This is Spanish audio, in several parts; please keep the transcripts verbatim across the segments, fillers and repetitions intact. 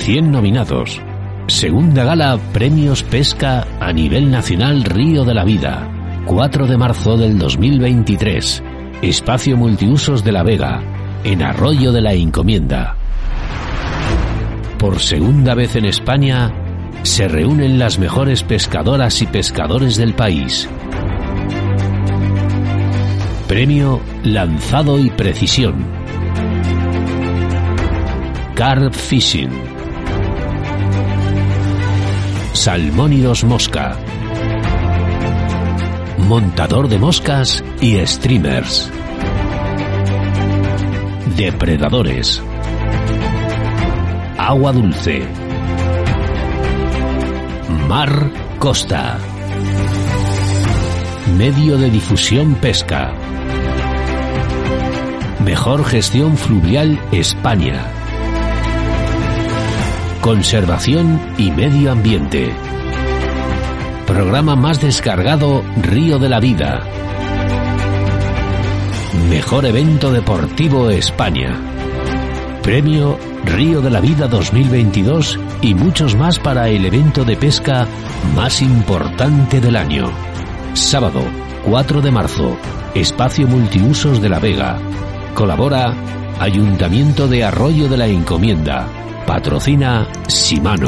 cien nominados. Segunda gala Premios Pesca a nivel nacional Río de la Vida, cuatro de marzo del dos mil veintitrés. Espacio Multiusos de La Vega, en Arroyo de la Encomienda. Por segunda vez en España, se reúnen las mejores pescadoras y pescadores del país. Premio Lanzado y Precisión. Carp Fishing. Salmónidos Mosca. Montador de moscas y streamers. Depredadores. Agua dulce. Mar Costa. Medio de difusión pesca. Mejor gestión fluvial España. Conservación y medio ambiente. Programa más descargado Río de la Vida. Mejor evento deportivo España. Premio Río de la Vida dos mil veintidós y muchos más para el evento de pesca más importante del año. Sábado, cuatro de marzo, Espacio Multiusos de La Vega. Colabora Ayuntamiento de Arroyo de la Encomienda. Patrocina Shimano.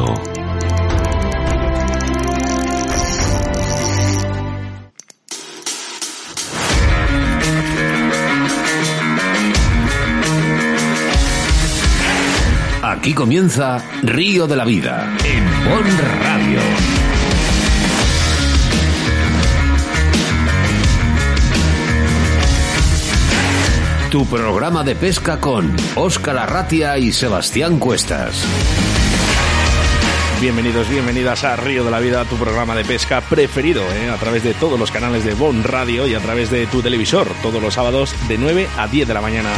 Aquí comienza Río de la Vida en Bon Radio. Tu programa de pesca con Óscar Arratia y Sebastián Cuestas. Bienvenidos, bienvenidas a Río de la Vida, tu programa de pesca preferido, ¿eh? A través de todos los canales de Bon Radio y a través de tu televisor, todos los sábados de nueve a diez de la mañana.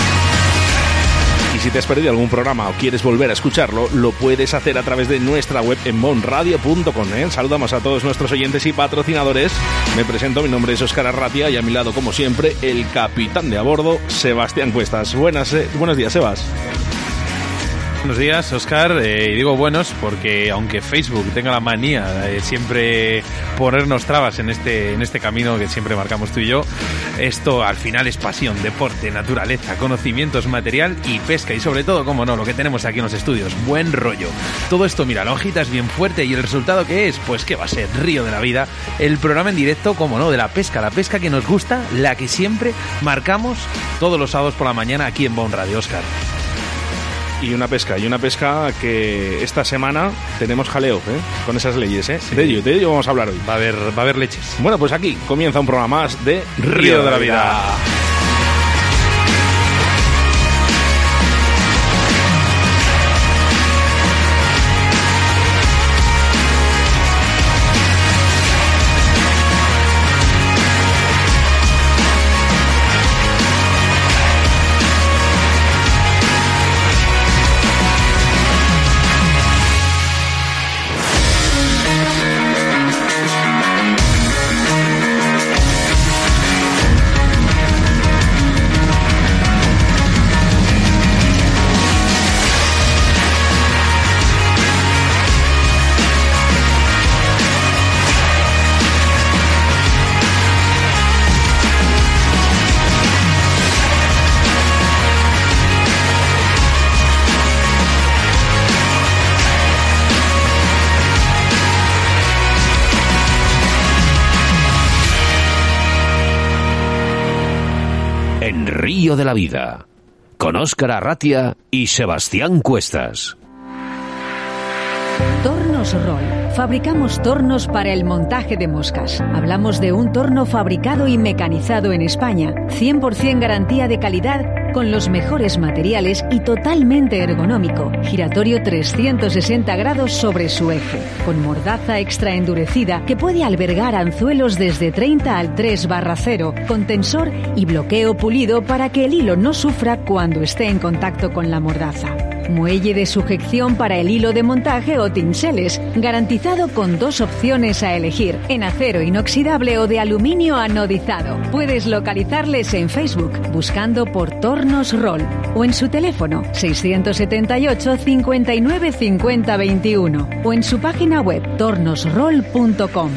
Y si te has perdido algún programa o quieres volver a escucharlo, lo puedes hacer a través de nuestra web en bon radio punto com, ¿eh? Saludamos a todos nuestros oyentes y patrocinadores. Me presento, mi nombre es Óscar Arratia y a mi lado, como siempre, el capitán de a bordo, Sebastián Cuestas. Buenas, eh, buenos días, Sebas. Buenos días, Óscar, eh, y digo buenos porque aunque Facebook tenga la manía de siempre ponernos trabas en este, en este camino que siempre marcamos tú y yo, esto al final es pasión, deporte, naturaleza, conocimientos, material y pesca y sobre todo, como no, lo que tenemos aquí en los estudios, buen rollo. Todo esto, mira, la hojita es bien fuerte y el resultado ¿qué es? Pues que va a ser Río de la Vida, el programa en directo, como no, de la pesca, la pesca que nos gusta, la que siempre marcamos todos los sábados por la mañana aquí en Bon Radio, Óscar. Y una pesca, y una pesca que esta semana tenemos jaleo, ¿eh? Con esas leyes, ¿eh? Sí. De ello, de ello vamos a hablar hoy. Va a haber, va a haber leches. Bueno, pues aquí comienza un programa más de Río de la Vida. Río de la Vida, con Óscar Arratia y Sebastián Cuestas. Tornos Roll. Fabricamos tornos para el montaje de moscas. Hablamos de un torno fabricado y mecanizado en España, cien por ciento garantía de calidad, con los mejores materiales y totalmente ergonómico. Giratorio trescientos sesenta grados sobre su eje, con mordaza extra endurecida que puede albergar anzuelos desde treinta al tres barra cero, con tensor y bloqueo pulido para que el hilo no sufra cuando esté en contacto con la mordaza. muelle de sujeción para el hilo de montaje o tinseles, garantizado con dos opciones a elegir, en acero inoxidable o de aluminio anodizado. Puedes localizarles en Facebook buscando por Tornos Roll o en su teléfono seiscientos setenta y ocho, cincuenta y nueve, cincuenta, veintiuno o en su página web tornos roll punto com.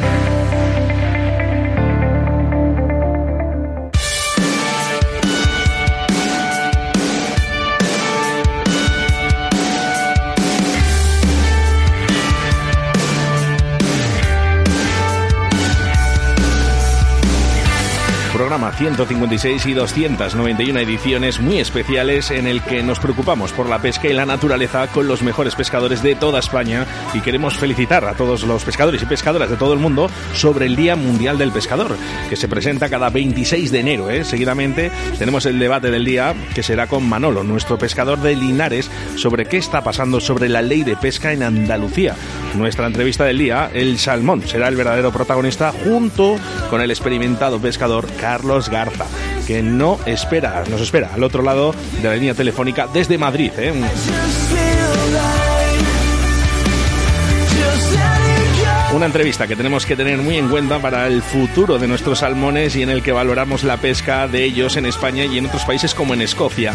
Programa ciento cincuenta y seis y doscientas noventa y una ediciones muy especiales en el que nos preocupamos por la pesca y la naturaleza con los mejores pescadores de toda España, y queremos felicitar a todos los pescadores y pescadoras de todo el mundo sobre el Día Mundial del Pescador, que se presenta cada veintiséis de enero. ¿eh? Seguidamente tenemos el debate del día, que será con Manolo, nuestro pescador de Linares, sobre qué está pasando sobre la ley de pesca en Andalucía. Nuestra entrevista del día, el salmón será el verdadero protagonista, junto con el experimentado pescador Carlos Garza, que no espera, nos espera al otro lado de la línea telefónica desde Madrid. ¿eh? Una entrevista que tenemos que tener muy en cuenta para el futuro de nuestros salmones, y en el que valoramos la pesca de ellos en España y en otros países como en Escocia.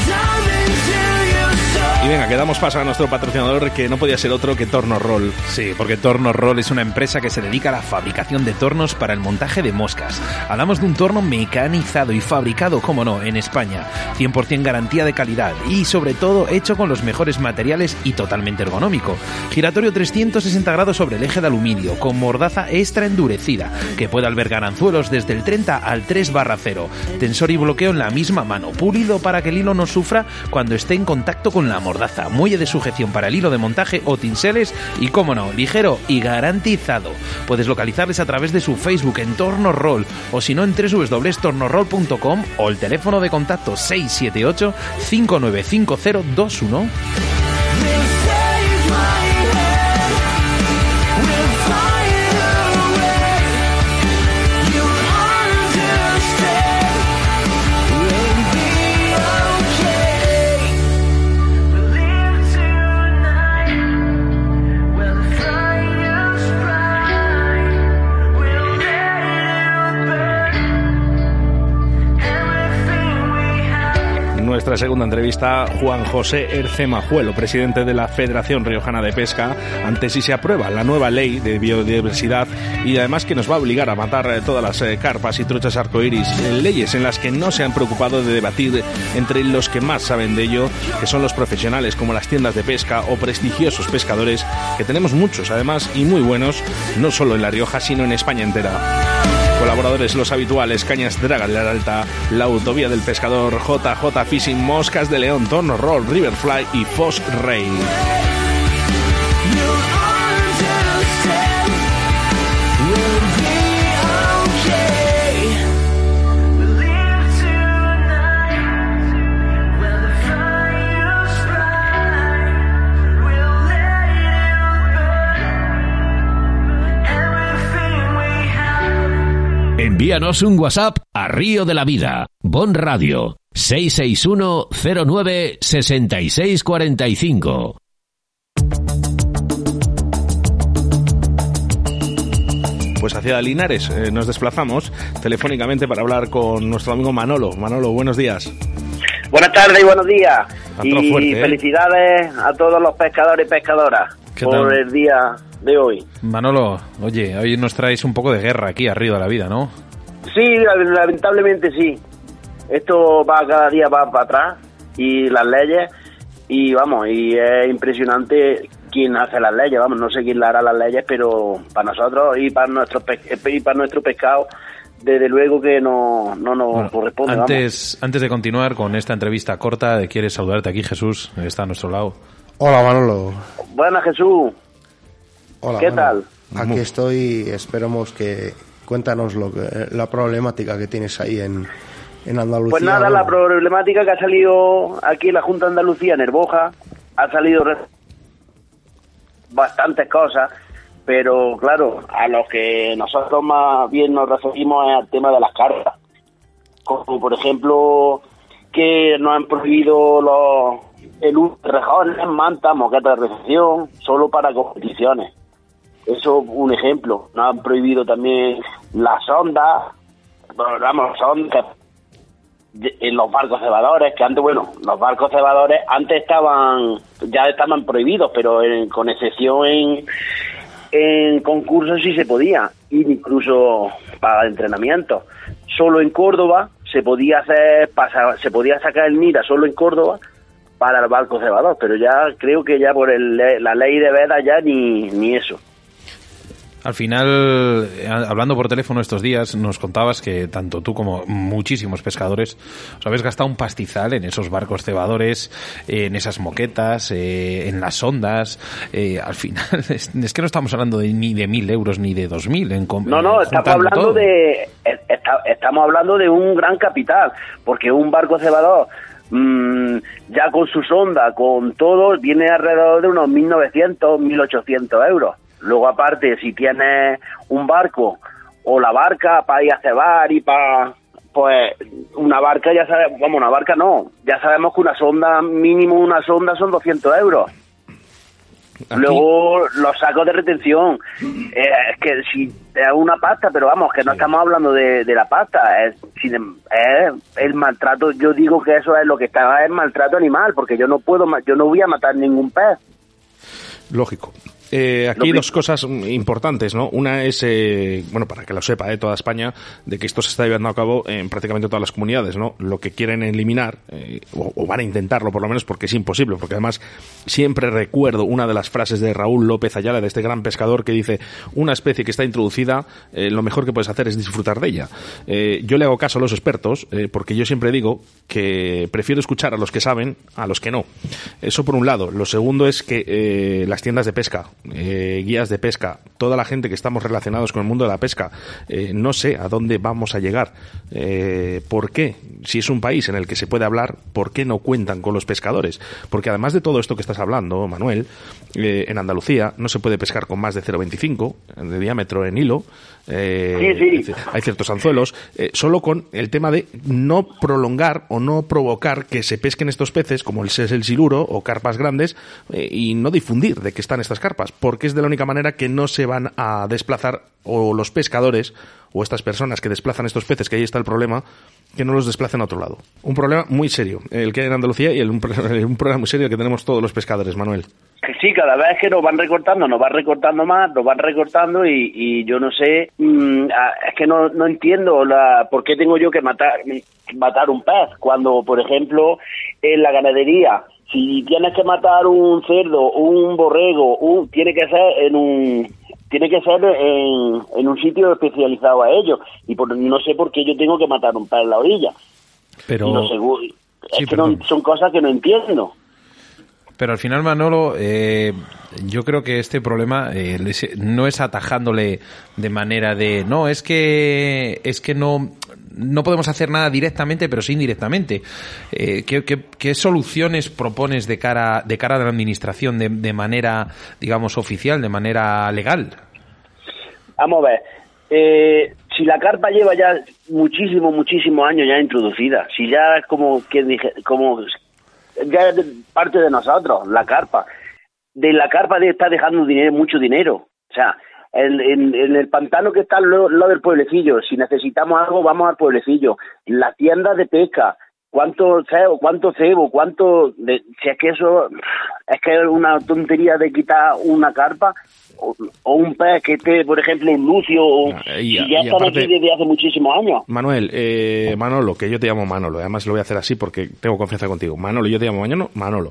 Y venga, que damos paso a nuestro patrocinador, que no podía ser otro que Tornos Roll. Sí, porque Tornos Roll es una empresa que se dedica a la fabricación de tornos para el montaje de moscas. Hablamos de un torno mecanizado y fabricado, como no, en España. cien por ciento garantía de calidad y, sobre todo, hecho con los mejores materiales y totalmente ergonómico. Giratorio trescientos sesenta grados sobre el eje de aluminio, con mordaza extra endurecida, que puede albergar anzuelos desde el treinta al tres barra cero. Tensor y bloqueo en la misma mano, pulido para que el hilo no sufra cuando esté en contacto con la mordaza. Muelle de sujeción para el hilo de montaje o tinseles y, como no, ligero y garantizado. Puedes localizarles a través de su Facebook en Tornos Roll, o si no en doble u doble u doble u punto tornos roll punto com, o el teléfono de contacto seis siete ocho, cinco nueve cinco cero dos uno. Nuestra segunda entrevista, Juan José Erce Majuelo, presidente de la Federación Riojana de Pesca, ante si se aprueba la nueva ley de biodiversidad, y además que nos va a obligar a matar todas las eh, carpas y truchas arcoíris, eh, leyes en las que no se han preocupado de debatir entre los que más saben de ello, que son los profesionales, como las tiendas de pesca o prestigiosos pescadores, que tenemos muchos además y muy buenos, no solo en La Rioja sino en España entera. Colaboradores los habituales: Cañas Draga de la Alta, La Autovía del Pescador, J J Fishing, Moscas de León, Tornos Roll, Riverfly y Fox Rey. Envíanos un WhatsApp a Río de la Vida, Bon Radio, seis seis uno, cero nueve, seis seis cuatro cinco. Pues hacia Linares eh, nos desplazamos telefónicamente para hablar con nuestro amigo Manolo. Manolo, buenos días. Buenas tardes y buenos días. Otro y fuerte, ¿eh? Felicidades a todos los pescadores y pescadoras por tal? el día de hoy. Manolo, oye, hoy nos traes un poco de guerra aquí a Río de la Vida, ¿no? Sí, lamentablemente sí. Esto va cada día va para atrás, y las leyes, y vamos, y es impresionante quién hace las leyes, vamos, no sé quién le hará las leyes, pero para nosotros y para nuestro pe- y para nuestro pescado, desde luego que no, no nos Bueno, corresponde. Antes, antes de continuar con esta entrevista corta, quieres saludarte aquí, Jesús, está a nuestro lado. Hola, Manolo. Vamos. Buenas, Jesús. Hola, ¿Qué Manolo. tal? Aquí estoy, esperemos que... Cuéntanos lo que, la problemática que tienes ahí en, en Andalucía. Pues nada, bueno. la problemática que ha salido aquí en la Junta de Andalucía, en Herboja, ha salido re- bastantes cosas, pero claro, a los que nosotros más bien nos referimos es al tema de las carpas. Como por ejemplo, que nos han prohibido los, el uso de rejones, mantas, moquetas de recepción, solo para competiciones. Eso es un ejemplo. Nos han prohibido también las sondas, vamos, sondas en los barcos cebadores, que antes, bueno, los barcos cebadores antes estaban, ya estaban prohibidos, pero en, con excepción en, en concursos sí se podía, ir incluso para entrenamiento. Solo en Córdoba se podía hacer, pasa, se podía sacar el Mira solo en Córdoba para el barco cebador, pero ya creo que ya por el, la ley de veda ya ni, ni eso. Al final, hablando por teléfono estos días, nos contabas que tanto tú como muchísimos pescadores os habéis gastado un pastizal en esos barcos cebadores, en esas moquetas, eh, en las ondas. Eh, al final, es, es que no estamos hablando de, ni de mil euros ni de dos mil. En, no, no, estamos hablando todo. de está, estamos hablando de un gran capital, porque un barco cebador mmm, ya con su sonda, con todo, viene alrededor de unos mil novecientos, mil ochocientos euros. Luego, aparte, si tienes un barco o la barca para ir a cebar y para... Pues una barca, ya sabemos... Vamos, una barca no. Ya sabemos que una sonda, mínimo una sonda, son doscientos euros. Aquí. Luego, los sacos de retención. Eh, es que si es una pasta, pero vamos, que no sí. estamos hablando de, de la pasta. Es, es el maltrato. Yo digo que eso es lo que está, es maltrato animal, porque yo no puedo, yo no voy a matar ningún pez. Lógico. Eh, aquí dos cosas importantes, ¿no? Una es, eh, bueno, para que lo sepa, eh, toda España, de que esto se está llevando a cabo en prácticamente todas las comunidades, ¿no? Lo que quieren eliminar, eh, o, o van a intentarlo por lo menos, porque es imposible, porque además siempre recuerdo una de las frases de Raúl López Ayala, de este gran pescador, que dice: una especie que está introducida, eh, lo mejor que puedes hacer es disfrutar de ella. Eh, yo le hago caso a los expertos, eh, porque yo siempre digo que prefiero escuchar a los que saben a los que no. Eso por un lado. Lo segundo es que eh, las tiendas de pesca, Eh, guías de pesca, toda la gente que estamos relacionados con el mundo de la pesca, eh, no sé a dónde vamos a llegar. Eh, ¿Por qué? Si es un país en el que se puede hablar, ¿por qué no cuentan con los pescadores? Porque además de todo esto que estás hablando, Manuel, eh, en Andalucía no se puede pescar con más de cero coma veinticinco de diámetro en hilo. Eh, sí, sí. Hay ciertos anzuelos, eh, solo con el tema de no prolongar o no provocar que se pesquen estos peces, como el, es el siluro o carpas grandes, eh, y no difundir de que están estas carpas, porque es de la única manera que no se van a desplazar, o los pescadores o estas personas que desplazan estos peces, que ahí está el problema, que no los desplacen a otro lado. Un problema muy serio el que hay en Andalucía, y el, un, un problema muy serio el que tenemos todos los pescadores, Manuel. Que sí, cada vez que nos van recortando, nos van recortando más, nos van recortando y, y yo no sé, mmm, es que no, no entiendo la, por qué tengo yo que matar, matar un pez, cuando, por ejemplo, en la ganadería, si tienes que matar un cerdo, un borrego, un, tiene que ser en un... tiene que ser en, en un sitio especializado a ello, y por, no sé por qué yo tengo que matar un pez en la orilla. Pero no sé, es sí, que no, son cosas que no entiendo. Pero al final, Manolo, eh, yo creo que este problema eh, no es atajándole de manera de no, es que es que no no podemos hacer nada directamente, pero sí indirectamente. Eh, ¿qué, qué, ¿Qué soluciones propones de cara de cara a la administración de, de manera, digamos, oficial, de manera legal? Vamos a ver. Eh, si la carpa lleva ya muchísimos, muchísimos años ya introducida, si ya es como quien dije, como ya es parte de nosotros, la carpa. De la carpa de está dejando dinero, mucho dinero. O sea, en, en, en el pantano que está al lado, lado del pueblecillo, si necesitamos algo, vamos al pueblecillo. Las tiendas de pesca, cuánto cebo, cuánto cebo, cuánto... De, si es que eso... Es que es una tontería de quitar una carpa o, o un pez que esté, por ejemplo, un lucio, o, y, y ya y están aparte, aquí desde hace muchísimos años. Manuel, eh, Manolo, que yo te llamo Manolo, además lo voy a hacer así porque tengo confianza contigo. Manolo, yo te llamo Manolo, Manolo.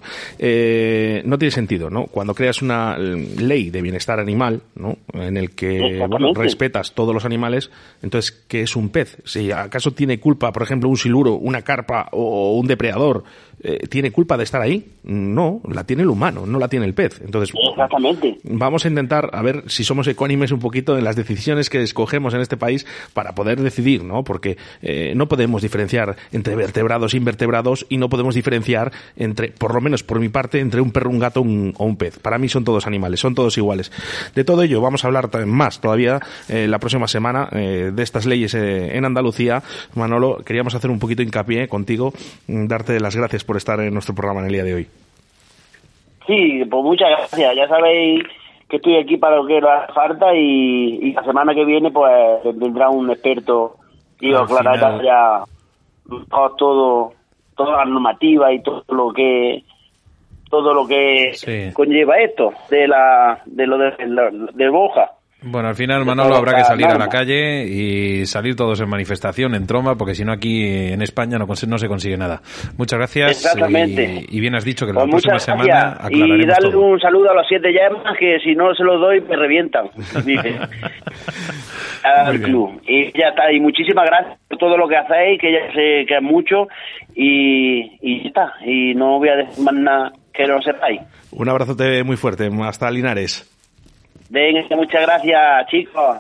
Eh, no tiene sentido, ¿no? Cuando creas una ley de bienestar animal, ¿no? En el que, bueno, respetas todos los animales, entonces, ¿qué es un pez? Si acaso tiene culpa, por ejemplo, un siluro, una carpa o un depredador, eh, ¿tiene culpa de estar ahí? No, la tiene el humano, no la tiene el pez. Entonces, exactamente. Vamos a intentar a ver si somos ecuánimes un poquito en las decisiones que escogemos en este país para poder decidir, ¿no? Porque eh, no podemos diferenciar entre vertebrados e invertebrados, y no podemos diferenciar entre, por lo menos por mi parte, entre un perro, un gato un, o un pez. Para mí son todos animales, son todos iguales. De todo ello vamos a hablar más todavía eh, la próxima semana eh, de estas leyes eh, en Andalucía. Manolo, queríamos hacer un poquito hincapié contigo, darte las gracias por por estar en nuestro programa en el día de hoy. Sí, pues muchas gracias. Ya sabéis que estoy aquí para lo que haga falta y, y la semana que viene pues vendrá un experto y os aclarará ya todo, toda la normativa y todo lo que todo lo que sí. conlleva esto de la de lo de, de, de Boja. Bueno, al final, Manolo, habrá que salir a la calle y salir todos en manifestación, en tromba, porque si no aquí en España no, no se consigue nada. Muchas gracias. Exactamente. Y, y bien has dicho que pues la próxima semana aclararemos y darle todo. un saludo a los siete llamas, que si no se los doy me revientan, dice, al club. Y ya está, y muchísimas gracias por todo lo que hacéis, que ya sé que es mucho, y, y ya está. Y no voy a decir más nada que lo sepáis. Un abrazote muy fuerte. Hasta Linares. Venga, muchas gracias, chicos.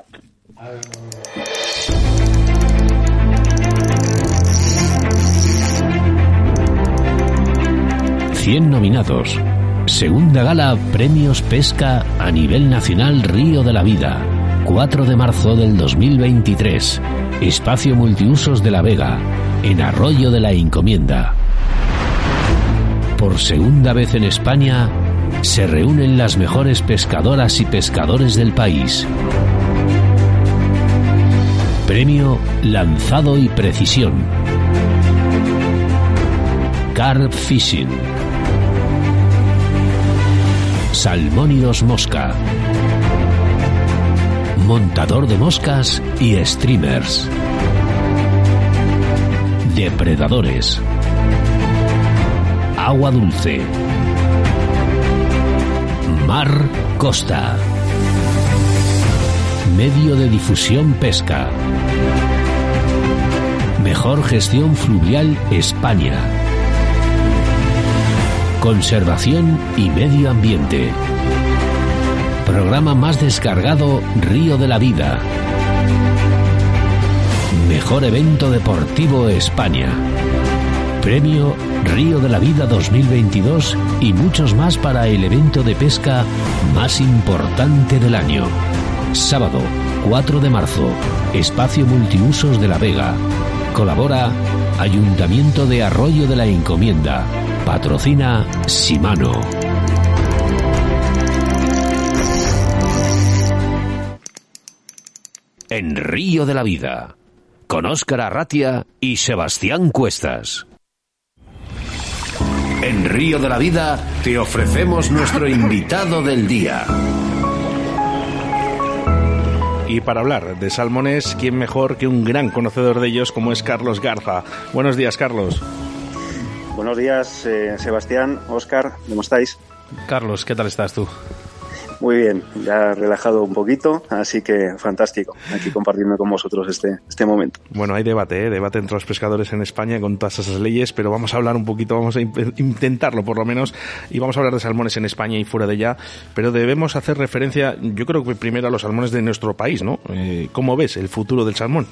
cien nominados. Segunda gala Premios Pesca a nivel nacional Río de la Vida. cuatro de marzo del dos mil veintitrés. Espacio Multiusos de La Vega, en Arroyo de la Encomienda. Por segunda vez en España, se reúnen las mejores pescadoras y pescadores del país. Premio Lanzado y Precisión. Carp Fishing. Salmónidos Mosca. Montador de moscas y streamers. Depredadores. Agua dulce. Mar Costa. Medio de difusión pesca. Mejor gestión fluvial España. Conservación y medio ambiente. Programa más descargado Río de la Vida. Mejor evento deportivo España. Premio Río de la Vida dos mil veintidós y muchos más para el evento de pesca más importante del año. Sábado, cuatro de marzo, Espacio Multiusos de La Vega. Colabora Ayuntamiento de Arroyo de la Encomienda. Patrocina Shimano. En Río de la Vida, con Óscar Arratia y Sebastián Cuestas. En Río de la Vida te ofrecemos nuestro invitado del día. Y para hablar de salmones, ¿quién mejor que un gran conocedor de ellos como es Carlos Garza? Buenos días, Carlos. Buenos días, eh, Sebastián, Óscar, ¿cómo estáis? Carlos, ¿qué tal estás tú? Muy bien, ya relajado un poquito, así que fantástico, aquí compartiendo con vosotros este, este momento. Bueno, hay debate, ¿eh? debate entre los pescadores en España con todas esas leyes, pero vamos a hablar un poquito, vamos a intentarlo por lo menos, y vamos a hablar de salmones en España y fuera de ella, pero debemos hacer referencia, yo creo que primero a los salmones de nuestro país, ¿no? Eh, ¿Cómo ves el futuro del salmón?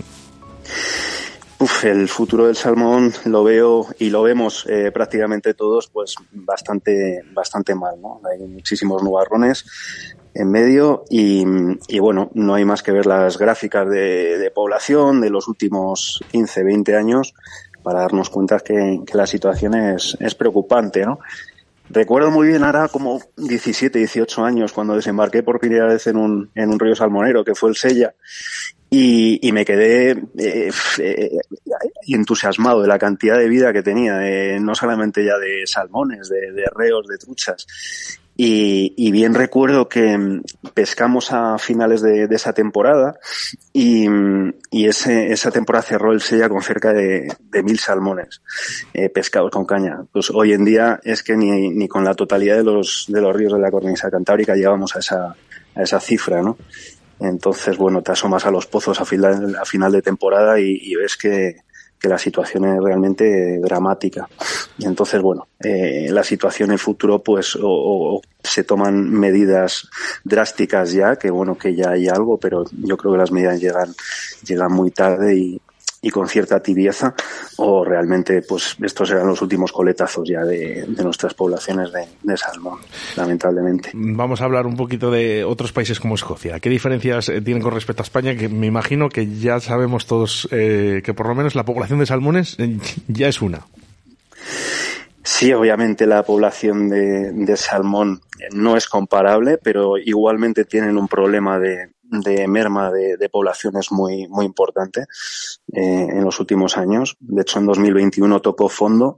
Uf, el futuro del salmón lo veo y lo vemos eh, prácticamente todos pues bastante bastante mal, ¿no? Hay muchísimos nubarrones en medio y, y bueno, no hay más que ver las gráficas de, de población de los últimos quince, veinte años para darnos cuenta que, que la situación es, es preocupante, ¿no? Recuerdo muy bien ahora como diecisiete, dieciocho años cuando desembarqué por primera vez en un, en un río salmonero que fue el Sella. Y, y me quedé eh, eh, entusiasmado de la cantidad de vida que tenía, eh, no solamente ya de salmones, de, de reos, de truchas. Y, y bien recuerdo que pescamos a finales de, de esa temporada y, y ese, esa temporada cerró el Sella con cerca de, de mil salmones eh, pescados con caña. Pues hoy en día es que ni, ni con la totalidad de los, de los ríos de la cornisa cantábrica llegamos a esa, a esa cifra, ¿no? Entonces, bueno, te asomas a los pozos a final, a final de temporada y, y ves que, que la situación es realmente dramática. Y entonces, bueno, eh, la situación en el futuro, pues, o, o se toman medidas drásticas ya, que bueno, que ya hay algo, pero yo creo que las medidas llegan, llegan muy tarde y, y con cierta tibieza, o realmente pues estos serán los últimos coletazos ya de, de nuestras poblaciones de, de salmón, lamentablemente. Vamos a hablar un poquito de otros países como Escocia. ¿Qué diferencias tienen con respecto a España? Que me imagino que ya sabemos todos eh, que por lo menos la población de salmones eh, ya es una. Sí, obviamente la población de, de salmón no es comparable, pero igualmente tienen un problema de, de merma de, de poblaciones muy, muy importante eh, en los últimos años. De hecho, en dos mil veintiuno tocó fondo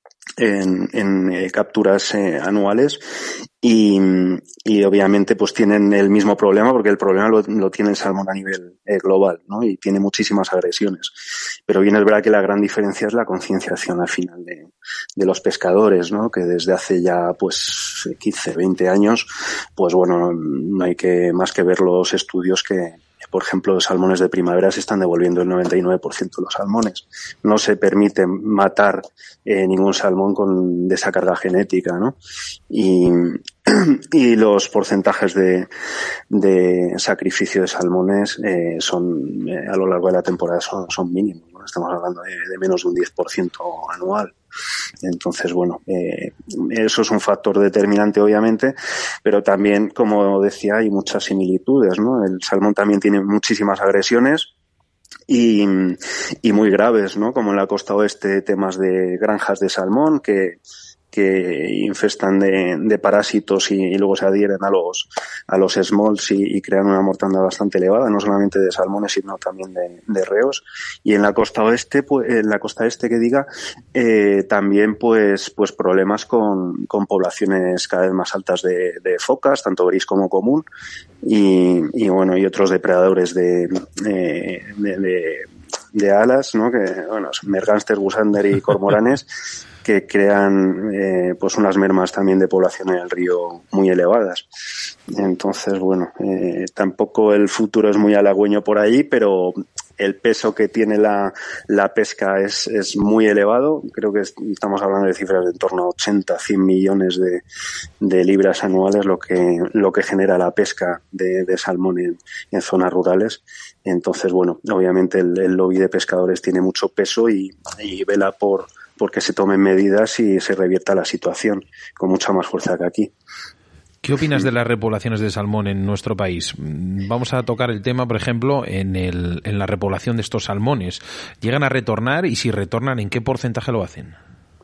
en, en eh, capturas eh, anuales y, y obviamente pues tienen el mismo problema, porque el problema lo, lo tiene el salmón a nivel eh, global, ¿no? Y tiene muchísimas agresiones. Pero bien es verdad que la gran diferencia es la concienciación al final de, de los pescadores, ¿no? Que desde hace ya pues quince, veinte años, pues bueno, no hay que más que ver los estudios que, por ejemplo, los salmones de primavera se están devolviendo el noventa y nueve por ciento de los salmones. No se permite matar eh, ningún salmón con de esa carga genética, ¿no? Y, y los porcentajes de, de sacrificio de salmones eh, son eh, a lo largo de la temporada son, son mínimos, ¿no? Estamos hablando de, de menos de un diez por ciento anual. Entonces, bueno, eh, eso es un factor determinante, obviamente, pero también, como decía, hay muchas similitudes, ¿no? El salmón también tiene muchísimas agresiones y, y muy graves, ¿no? Como en la costa oeste, temas de granjas de salmón que que infestan de, de parásitos y, y luego se adhieren a los a los smalls y, y crean una mortandad bastante elevada, no solamente de salmones sino también de, de reos. Y en la costa oeste, pues en la costa este que diga, eh, también pues pues problemas con, con poblaciones cada vez más altas de, de focas, tanto gris como común, y, y bueno, y otros depredadores de, eh, de, de, de alas, ¿no? Que bueno, mergánster, gusander y cormoranes que crean eh, pues unas mermas también de población en el río muy elevadas. Entonces, bueno, eh, tampoco el futuro es muy halagüeño por ahí, pero el peso que tiene la, la pesca es, es muy elevado. Creo que estamos hablando de cifras de en torno a ochenta, cien millones de, de libras anuales, lo que, lo que genera la pesca de, de salmón en, en zonas rurales. Entonces, bueno, obviamente el, el lobby de pescadores tiene mucho peso y, y vela por porque se tomen medidas y se revierta la situación con mucha más fuerza que aquí. ¿Qué opinas de las repoblaciones de salmón en nuestro país? Vamos a tocar el tema, por ejemplo, en, el, en la repoblación de estos salmones. ¿Llegan a retornar? Y si retornan, ¿en qué porcentaje lo hacen?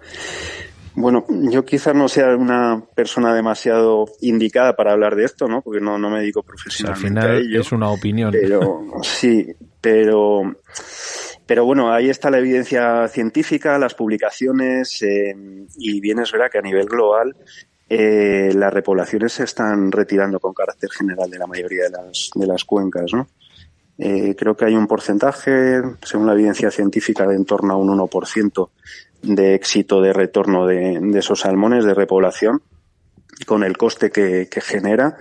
Bueno, yo quizás no sea una persona demasiado indicada para hablar de esto, ¿no? Porque no, no me dedico profesionalmente al final a ello. Es una opinión. Pero sí, pero... Pero bueno, ahí está la evidencia científica, las publicaciones, eh, y bien es verdad que a nivel global eh, las repoblaciones se están retirando con carácter general de la mayoría de las, de las cuencas, ¿no? Eh, creo que hay un porcentaje, según la evidencia científica, de en torno a un uno por ciento de éxito de retorno de, de esos salmones de repoblación, con el coste que, que genera.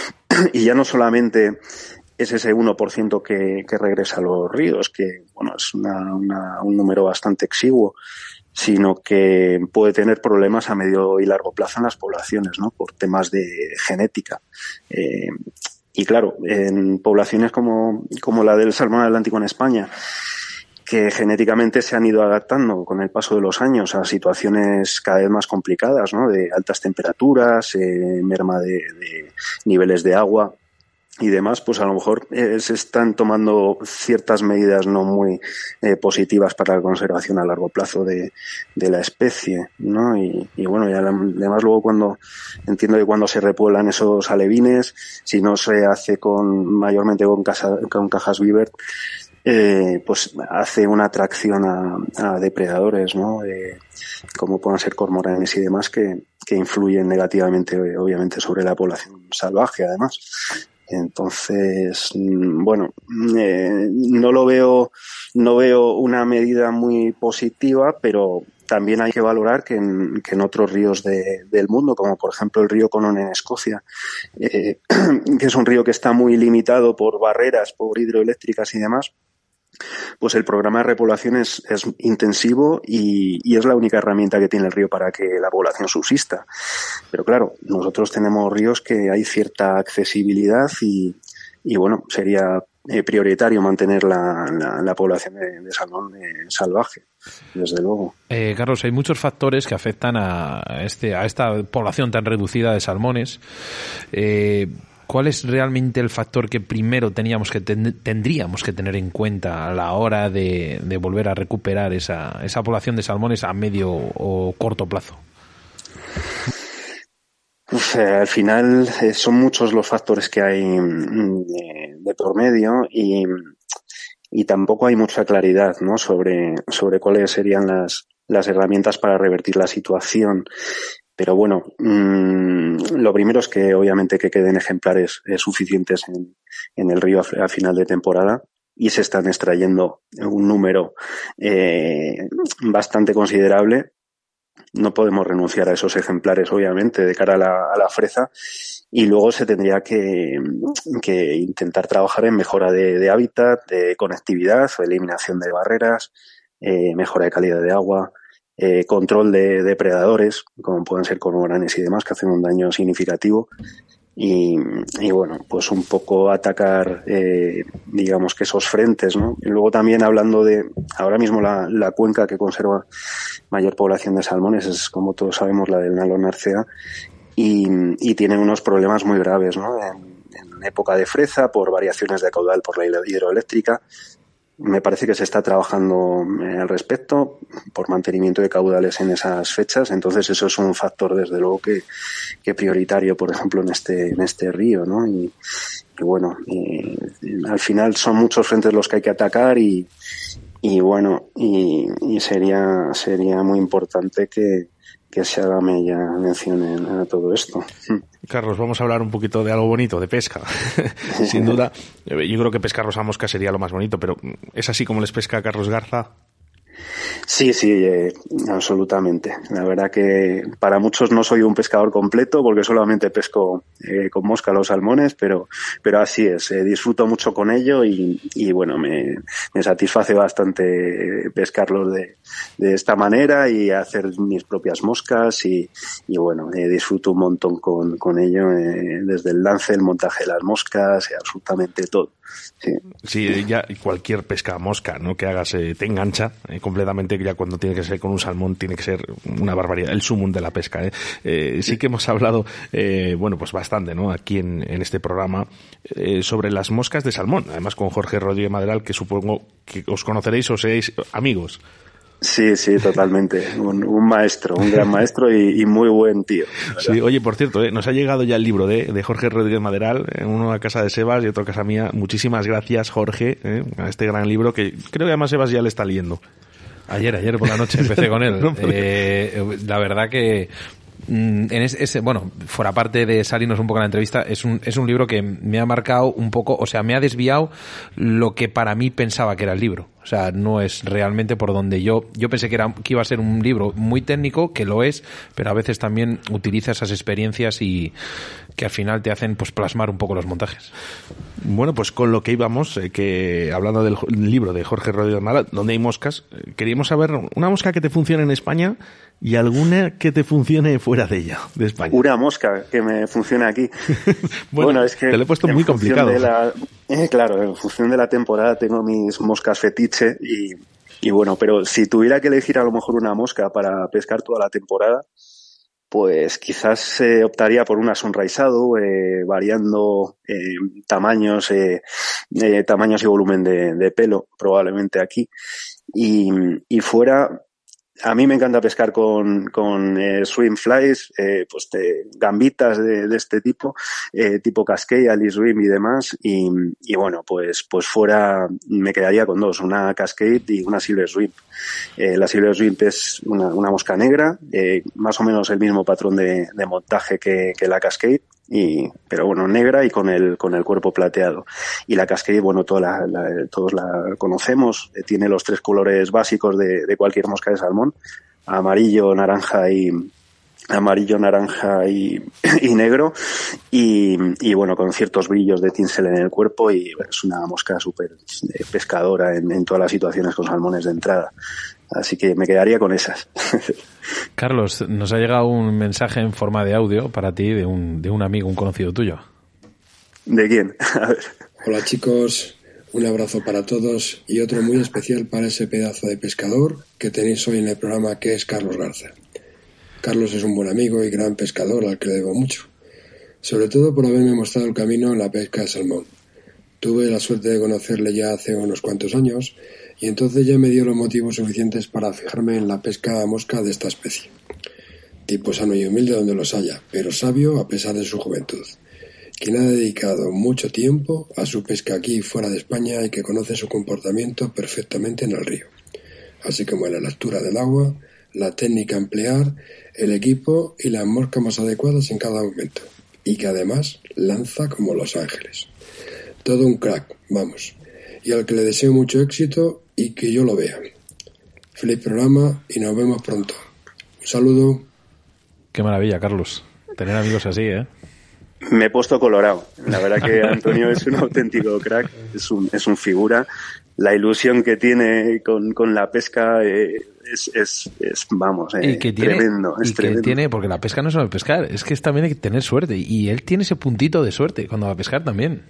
Y ya no solamente es ese uno por ciento que, que regresa a los ríos, que bueno es una, una, un número bastante exiguo, sino que puede tener problemas a medio y largo plazo en las poblaciones, ¿no? Por temas de genética. Eh, y claro, en poblaciones como, como la del salmón atlántico en España, que genéticamente se han ido adaptando con el paso de los años a situaciones cada vez más complicadas, ¿no? De altas temperaturas, eh, merma de, de niveles de agua y demás, pues a lo mejor eh, se están tomando ciertas medidas no muy eh, positivas para la conservación a largo plazo de, de la especie, ¿no? Y, y bueno, y además luego cuando entiendo que cuando se repueblan esos alevines, si no se hace con mayormente con, casa, con cajas Beaver, eh, pues hace una atracción a, a depredadores, ¿no? Eh, como puedan ser cormoranes y demás que, que influyen negativamente, obviamente, sobre la población salvaje, además. Entonces, bueno, eh, no lo veo, no veo una medida muy positiva, pero también hay que valorar que en, que en otros ríos de, del mundo, como por ejemplo el río Conon en Escocia, eh, que es un río que está muy limitado por barreras, por hidroeléctricas y demás, pues el programa de repoblación es, es intensivo y, y es la única herramienta que tiene el río para que la población subsista. Pero claro, nosotros tenemos ríos que hay cierta accesibilidad y, y bueno, sería eh, prioritario mantener la, la, la población de, de salmón eh, salvaje, desde luego. Eh, Carlos, hay muchos factores que afectan a, este, a esta población tan reducida de salmones. Eh, ¿Cuál es realmente el factor que primero teníamos que ten, tendríamos que tener en cuenta a la hora de, de volver a recuperar esa, esa población de salmones a medio o corto plazo? Uf, eh, al final eh, son muchos los factores que hay eh, de por medio y, y tampoco hay mucha claridad, ¿no? sobre, sobre cuáles serían las, las herramientas para revertir la situación. Pero bueno, mmm, lo primero es que obviamente que queden ejemplares eh, suficientes en, en el río a, a final de temporada y se están extrayendo un número eh, bastante considerable. No podemos renunciar a esos ejemplares, obviamente, de cara a la, a la freza. Y luego se tendría que, que intentar trabajar en mejora de, de hábitat, de conectividad, eliminación de barreras, eh, mejora de calidad de agua, eh, control de depredadores, como pueden ser cormoranes y demás, que hacen un daño significativo. Y, y bueno, pues un poco atacar, eh, digamos que esos frentes, ¿no? Y luego también hablando de, ahora mismo la, la cuenca que conserva mayor población de salmones es, como todos sabemos, la del Nalón Arcea y, y tiene unos problemas muy graves, ¿no? En, en época de freza, por variaciones de caudal por la hidroeléctrica. Me parece que se está trabajando al respecto por mantenimiento de caudales en esas fechas, entonces eso es un factor desde luego que, que prioritario, por ejemplo, en este en este río, ¿no? Y, y bueno, y, y al final son muchos frentes los que hay que atacar y y bueno, y, y sería sería muy importante que que se haga ya mención a todo esto. Carlos, vamos a hablar un poquito de algo bonito, de pesca. Sin duda, yo creo que pescar rosa mosca sería lo más bonito, pero ¿es así como les pesca a Carlos Garza? Sí, sí, eh, absolutamente. La verdad que para muchos no soy un pescador completo porque solamente pesco eh, con mosca los salmones, pero pero así es. Eh, disfruto mucho con ello y, y bueno, me, me satisface bastante pescarlos de, de esta manera y hacer mis propias moscas y, y bueno, eh, disfruto un montón con, con ello, eh, desde el lance, el montaje de las moscas, eh, absolutamente todo. Sí. Sí, ya cualquier pesca mosca, ¿no? Que hagas eh, te engancha eh, completamente, ya cuando tiene que ser con un salmón tiene que ser una barbaridad, el sumum de la pesca. ¿eh? Eh, sí que hemos hablado, eh, bueno, pues bastante, ¿no? Aquí en, en este programa eh, sobre las moscas de salmón, además con Jorge Rodríguez Maderal, que supongo que os conoceréis o seáis amigos. Sí, sí, totalmente. Un, un maestro, un gran maestro y, y muy buen tío. Sí, oye, por cierto, ¿eh? nos ha llegado ya el libro de, de Jorge Rodríguez Maderal, eh, uno a casa de Sebas y otro a casa mía. Muchísimas gracias, Jorge, eh, a este gran libro que creo que además Sebas ya le está leyendo. Ayer, ayer por la noche empecé con él. eh, la verdad que en ese, ese, bueno, fuera parte de salirnos un poco en la entrevista, es un, es un libro que me ha marcado un poco, o sea, me ha desviado lo que para mí pensaba que era el libro. O sea, no es realmente por donde yo, yo pensé que era, que iba a ser un libro muy técnico, que lo es, pero a veces también utiliza esas experiencias y que al final te hacen pues plasmar un poco los montajes. Bueno, pues con lo que íbamos, eh, que hablando del libro de Jorge Rodríguez Maderal, donde hay moscas, eh, queríamos saber una mosca que te funcione en España y alguna que te funcione fuera de ella, de España. Una mosca que me funcione aquí. bueno, bueno, es que te lo he puesto muy complicado. La, eh, claro, en función de la temporada tengo mis moscas fetiche y, y bueno, pero si tuviera que elegir a lo mejor una mosca para pescar toda la temporada, pues quizás eh, optaría por una sunrisado, eh, variando eh, tamaños, eh, eh, tamaños y volumen de, de pelo, probablemente aquí. Y, y fuera, a mí me encanta pescar con, con eh, swim flies, eh, pues de gambitas de, de este tipo, eh, tipo cascade, alice swim y demás. Y, y bueno, pues, pues fuera me quedaría con dos, una cascade y una silver swim. Eh, la silver swim es una, una mosca negra, eh, más o menos el mismo patrón de, de montaje que, que la cascade. Y, pero bueno, negra y con el, con el cuerpo plateado. Y la cascade, bueno, toda la, la, todos la conocemos, eh, tiene los tres colores básicos de, de cualquier mosca de salmón, amarillo, naranja y, amarillo, naranja y, y negro, y, y bueno, con ciertos brillos de tinsel en el cuerpo, y bueno, es una mosca súper eh, pescadora en, en todas las situaciones con salmones de entrada. Así que me quedaría con esas. Carlos, nos ha llegado un mensaje en forma de audio para ti de un, de un amigo, un conocido tuyo. ¿De quién? A ver. Hola chicos, un abrazo para todos y otro muy especial para ese pedazo de pescador que tenéis hoy en el programa, que es Carlos Garza. Carlos es un buen amigo y gran pescador al que le debo mucho, sobre todo por haberme mostrado el camino en la pesca de salmón. Tuve la suerte de conocerle ya hace unos cuantos años y entonces ya me dio los motivos suficientes para fijarme en la pesca a mosca de esta especie. tipo sano y humilde donde los haya, pero sabio a pesar de su juventud, quien ha dedicado mucho tiempo a su pesca aquí y fuera de España y que conoce su comportamiento perfectamente en el río, así como en la lectura del agua, la técnica a emplear, el equipo y las moscas más adecuadas en cada momento, y que además lanza como Los Ángeles. Todo un crack, vamos, y al que le deseo mucho éxito y que yo lo vea. Feliz programa y nos vemos pronto. Un saludo. Qué maravilla, Carlos. Tener amigos así, ¿eh? Me he puesto colorado. La verdad que Antonio es un auténtico crack, es un, es un figura. La ilusión que tiene con, con la pesca eh, es, es, es, vamos, eh, y que tiene, tremendo. Es y tremendo. Que tiene, porque la pesca no es solo pescar, es que es también hay que tener suerte. Y él tiene ese puntito de suerte cuando va a pescar también.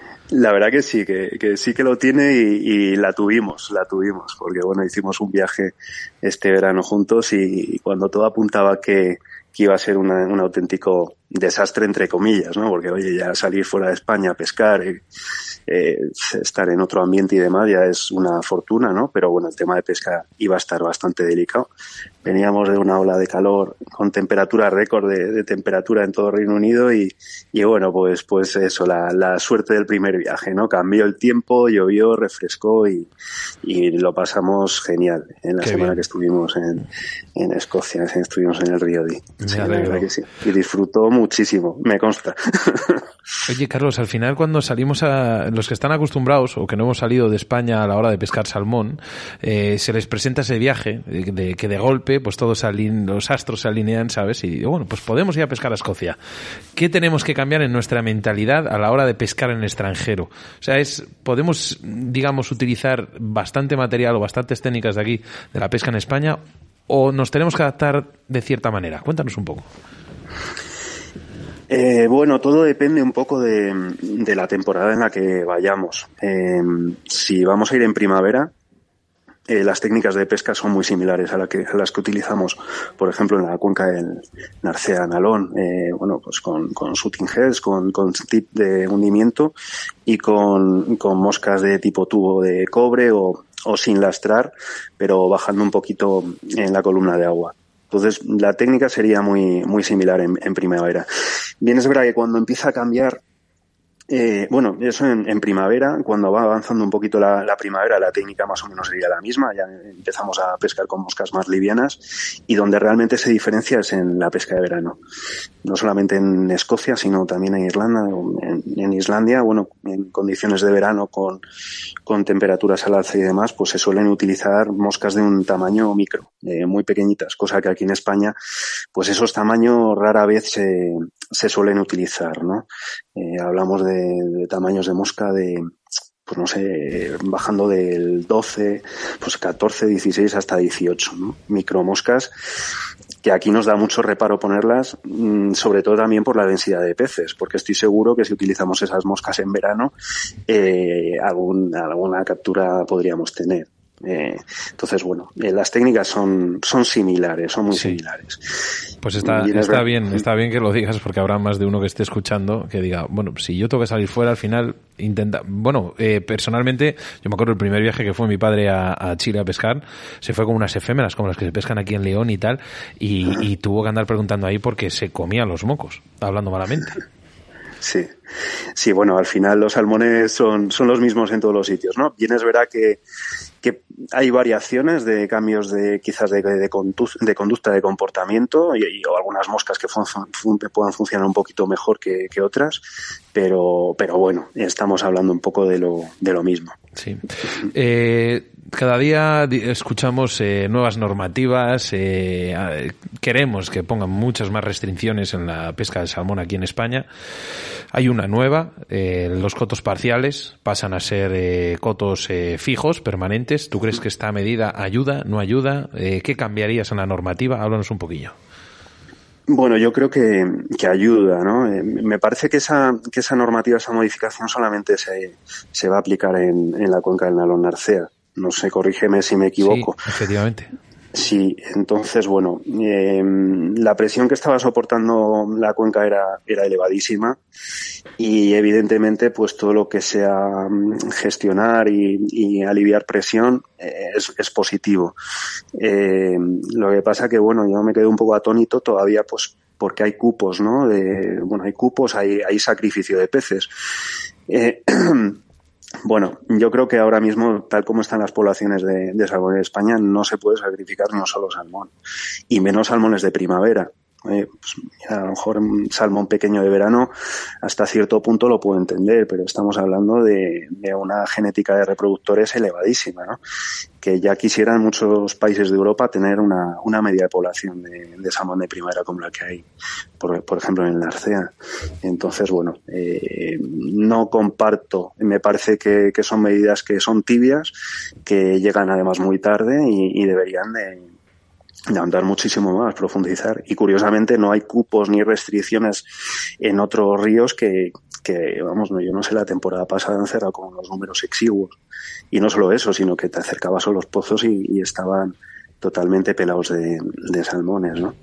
La verdad que sí, que, que sí que lo tiene y, y la tuvimos, la tuvimos, porque bueno, hicimos un viaje este verano juntos y, y cuando todo apuntaba que, que iba a ser una, un auténtico desastre entre comillas, ¿no? Porque oye, ya salir fuera de España a pescar, eh, eh, estar en otro ambiente y demás ya es una fortuna, ¿no? Pero bueno, el tema de pesca iba a estar bastante delicado. Veníamos de una ola de calor con temperatura récord de, de temperatura en todo Reino Unido y, y bueno, pues, pues eso, la, la suerte del primer viaje, ¿no? Cambió el tiempo, llovió, refrescó y, y lo pasamos genial en la Qué semana bien. que estuvimos en, en Escocia, estuvimos en el Río Dee. Sí, la alegro. verdad que sí. Y disfrutó muchísimo, me consta. Oye, Carlos, al final cuando salimos a... Los que están acostumbrados o que no hemos salido de España a la hora de pescar salmón, eh, se les presenta ese viaje de, de que de golpe pues todos aline, los astros se alinean, ¿sabes? Y bueno, pues podemos ir a pescar a Escocia. ¿Qué tenemos que cambiar en nuestra mentalidad a la hora de pescar en el extranjero? O sea, es podemos, digamos, utilizar bastante material o bastantes técnicas de aquí, de la pesca en España, o nos tenemos que adaptar de cierta manera. Cuéntanos un poco. Eh, bueno, todo depende un poco de, de la temporada en la que vayamos. Eh, si vamos a ir en primavera, eh, las técnicas de pesca son muy similares a, la que, a las que utilizamos, por ejemplo, en la cuenca del Narcea, Nalón, eh, bueno, pues con, con shooting heads, con, con tip de hundimiento y con, con moscas de tipo tubo de cobre o, o sin lastrar, pero bajando un poquito en la columna de agua. Entonces, la técnica sería muy muy similar en, en primavera. Bien, es verdad que cuando empieza a cambiar, eh, bueno, eso en, en primavera, cuando va avanzando un poquito la, la primavera, la técnica más o menos sería la misma, ya empezamos a pescar con moscas más livianas y donde realmente se diferencia es en la pesca de verano. No solamente en Escocia, sino también en Irlanda, en, en Islandia, bueno, en condiciones de verano con, con temperaturas al alza y demás, pues se suelen utilizar moscas de un tamaño micro, eh, muy pequeñitas, cosa que aquí en España, pues esos tamaños rara vez se, se suelen utilizar, ¿no? Eh, hablamos de, de tamaños de mosca de, pues no sé, bajando del doce, pues catorce, dieciséis hasta dieciocho, ¿no? Micromoscas que aquí nos da mucho reparo ponerlas, sobre todo también por la densidad de peces, porque estoy seguro que si utilizamos esas moscas en verano, eh, algún, alguna captura podríamos tener. Eh, entonces, bueno, eh, las técnicas son son similares, son muy sí. similares. Pues está, está bien, está bien que lo digas, porque habrá más de uno que esté escuchando que diga, bueno, si yo tengo que salir fuera, al final intenta... Bueno, eh, personalmente, yo me acuerdo el primer viaje que fue mi padre a, a Chile a pescar, se fue con unas efémeras como las que se pescan aquí en León y tal, y, uh-huh. y tuvo que andar preguntando ahí porque se comía los mocos, hablando malamente. Sí, sí, bueno, al final los salmones son, son los mismos en todos los sitios, ¿no? Bien es verdad que, que hay variaciones de cambios de quizás de, de, condu- de conducta, de comportamiento y, y o algunas moscas que fun- fun- puedan funcionar un poquito mejor que, que otras, pero, pero bueno, estamos hablando un poco de lo, de lo mismo. Sí. Eh, cada día escuchamos eh, nuevas normativas, eh, queremos que pongan muchas más restricciones en la pesca del salmón aquí en España. Hay una nueva, eh, los cotos parciales pasan a ser eh, cotos eh, fijos, permanentes. ¿Tú crees que esta medida ayuda, no ayuda? Eh, ¿Qué cambiarías en la normativa? Háblanos un poquillo. Bueno, yo creo que, que ayuda, ¿no? Eh, me parece que esa, que esa normativa, esa modificación solamente se, se va a aplicar en, en la cuenca del Nalón Narcea. No sé, corrígeme si me equivoco. Sí, efectivamente. Sí, entonces, bueno, eh, la presión que estaba soportando la cuenca era, era elevadísima y evidentemente pues todo lo que sea gestionar y, y aliviar presión eh, es, es positivo. Eh, lo que pasa que, bueno, yo me quedé un poco atónito todavía pues porque hay cupos, ¿no? De, bueno, hay cupos, hay, hay sacrificio de peces. Eh, Bueno, yo creo que ahora mismo, tal como están las poblaciones de, de salmón en España, no se puede sacrificar ni un solo salmón, y menos salmones de primavera. Eh, pues, a lo mejor un salmón pequeño de verano hasta cierto punto lo puedo entender, pero estamos hablando de, de una genética de reproductores elevadísima, ¿no? Que ya quisieran muchos países de Europa tener una, una media de población de, de salmón de primavera como la que hay, por, por ejemplo, en la Arcea. Entonces, bueno, eh, no comparto, me parece que, que son medidas que son tibias, que llegan además muy tarde y, y deberían de de andar muchísimo más, profundizar. Y curiosamente no hay cupos ni restricciones en otros ríos que, que vamos, no, yo no sé, la temporada pasada han cerrado con unos números exiguos. Y no solo eso, sino que te acercabas a los pozos y, y estaban totalmente pelados de, de salmones, ¿no?